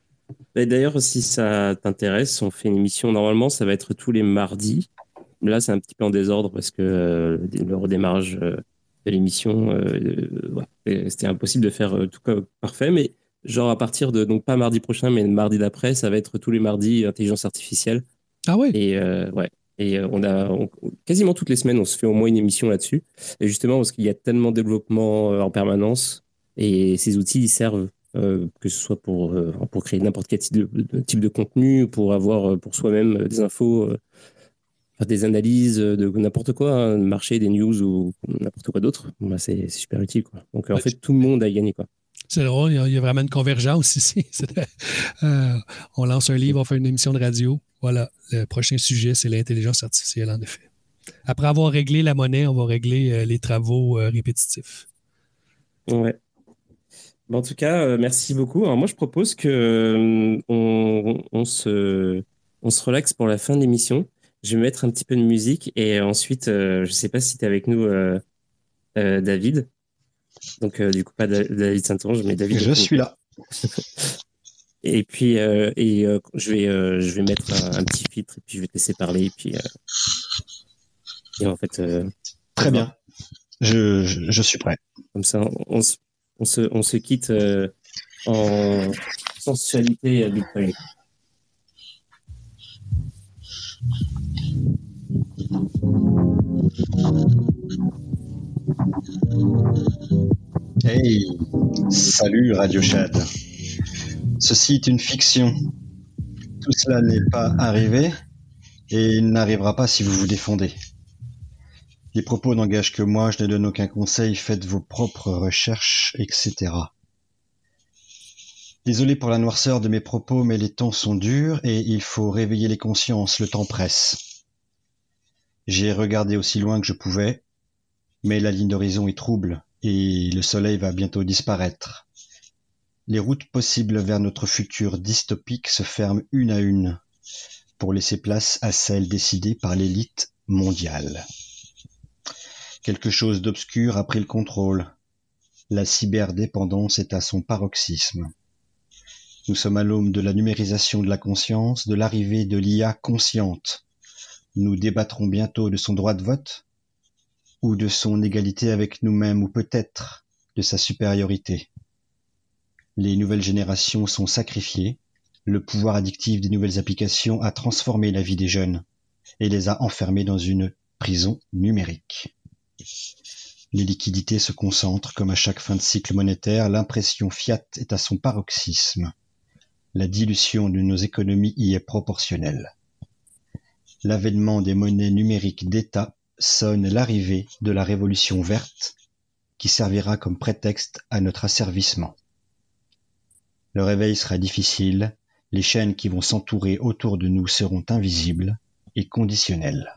Et d'ailleurs, si ça t'intéresse, on fait une émission. Normalement, ça va être tous les mardis. Là, c'est un petit peu en désordre parce que euh, le redémarrage euh, de l'émission, euh, ouais, c'était impossible de faire euh, tout comme parfait. Mais genre à partir de, donc pas mardi prochain, mais le mardi d'après, ça va être tous les mardis intelligence artificielle. Ah ouais? Et euh, ouais. Et euh, on a on- quasiment toutes les semaines, on se fait au moins une émission là-dessus. Et justement, parce qu'il y a tellement de développement euh, en permanence et ces outils, ils servent euh, que ce soit pour, euh, pour créer n'importe quel type de, de- type de contenu, pour avoir euh, pour soi-même euh, des infos, euh, faire des analyses euh, de n'importe quoi, hein, marché, des news ou n'importe quoi d'autre. Bah, c'est c'est super utile, quoi. Donc, euh, en Ouais. fait, tout le monde a gagné, quoi. C'est drôle, il y, a, il y a vraiment une convergence ici. euh, on lance un livre, on fait une émission de radio. Voilà, le prochain sujet, c'est l'intelligence artificielle, en effet. Après avoir réglé la monnaie, on va régler euh, les travaux euh, répétitifs. Ouais. Bon, en tout cas, euh, merci beaucoup. Alors, moi, je propose que euh, on, on se, on se relaxe pour la fin de l'émission. Je vais mettre un petit peu de musique et ensuite, euh, je sais pas si tu es avec nous, euh, euh, David. Donc, euh, du coup, pas Da- David Saint-Onge, mais David Je suis Lecomte. là. Et puis, euh, et, euh, je vais, euh, je vais mettre un, un petit filtre et puis je vais te laisser parler. Et puis, euh, et en fait, euh, Très on va- bien. Je, je, je suis prêt. comme ça, on, on se, on se, on se quitte euh, en sensualité à Bitcoin. Hey, salut Radio Chad. Ceci est une fiction. Tout cela n'est pas arrivé et il n'arrivera pas si vous vous défendez. Les propos n'engagent que moi, je ne donne aucun conseil, faites vos propres recherches, et cetera. Désolé pour la noirceur de mes propos, mais les temps sont durs et il faut réveiller les consciences, le temps presse. J'ai regardé aussi loin que je pouvais, mais la ligne d'horizon est trouble et le soleil va bientôt disparaître. Les routes possibles vers notre futur dystopique se ferment une à une pour laisser place à celles décidées par l'élite mondiale. Quelque chose d'obscur a pris le contrôle. La cyberdépendance est à son paroxysme. Nous sommes à l'aube de la numérisation de la conscience, de l'arrivée de l'I A consciente. Nous débattrons bientôt de son droit de vote, ou de son égalité avec nous-mêmes, ou peut-être de sa supériorité. Les nouvelles générations sont sacrifiées. Le pouvoir addictif des nouvelles applications a transformé la vie des jeunes. et les a enfermés dans une prison numérique. Les liquidités se concentrent comme à chaque fin de cycle monétaire, l'impression fiat est à son paroxysme. La dilution de nos économies y est proportionnelle. L'avènement des monnaies numériques d'État sonne l'arrivée de la révolution verte qui servira comme prétexte à notre asservissement. Le réveil sera difficile, les chaînes qui vont s'entourer autour de nous seront invisibles et conditionnelles.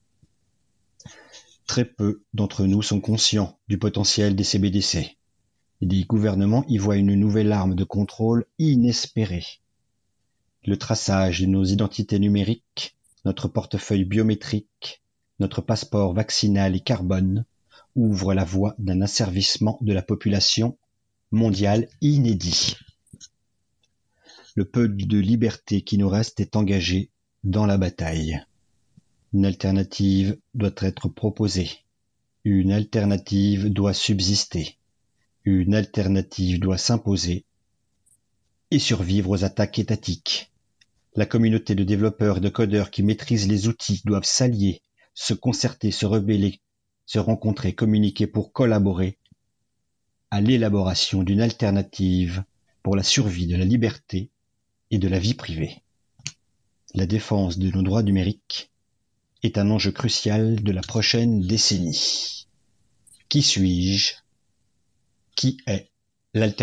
Très peu d'entre nous sont conscients du potentiel des C B D C. Les gouvernements y voient une nouvelle arme de contrôle inespérée. Le traçage de nos identités numériques, notre portefeuille biométrique, notre passeport vaccinal et carbone ouvre la voie d'un asservissement de la population mondiale inédit. Le peu de liberté qui nous reste est engagé dans la bataille. Une alternative doit être proposée. Une alternative doit subsister. Une alternative doit s'imposer et survivre aux attaques étatiques. La communauté de développeurs et de codeurs qui maîtrisent les outils doivent s'allier, se concerter, se rebeller, se rencontrer, communiquer pour collaborer à l'élaboration d'une alternative pour la survie de la liberté et de la vie privée. La défense de nos droits numériques est un enjeu crucial de la prochaine décennie. Qui suis-je ? Qui est l'alternative ?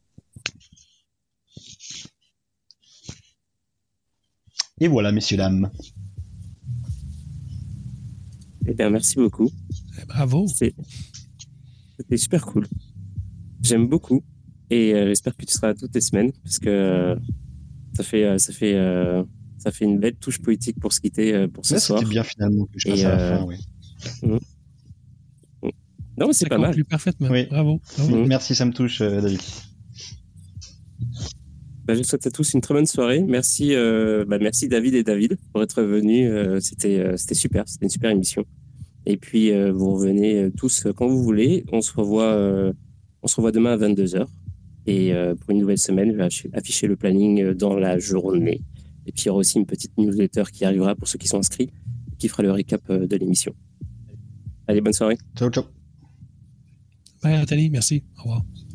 Et voilà, messieurs, dames. Eh bien, merci beaucoup. Bravo. C'est- C'était super cool. J'aime beaucoup. Et euh, j'espère que tu seras là toutes les semaines, parce que euh, ça fait, euh, ça fait, euh, ça fait une belle touche poétique pour se quitter euh, pour ce Là, soir. c'était bien finalement que je passe Et, à la euh, fin. Oui. Non, mais c'est Ça pas mal. conclut parfaitement. Oui. Bravo. Bravo. Mhm. Merci, ça me touche, euh, David. Bah, je vous souhaite à tous une très bonne soirée. Merci, euh, bah, merci David et David pour être venus. Euh, c'était, euh, c'était super. C'était une super émission. Et puis, euh, vous revenez euh, tous euh, quand vous voulez. On se revoit, euh, on se revoit demain à vingt-deux heures. Et euh, pour une nouvelle semaine, je vais afficher- afficher le planning euh, dans la journée. Et puis, il y aura aussi une petite newsletter qui arrivera pour ceux qui sont inscrits, qui fera le récap euh, de l'émission. Allez, bonne soirée. Ciao, ciao. Bye, Nathalie. Merci. Au revoir.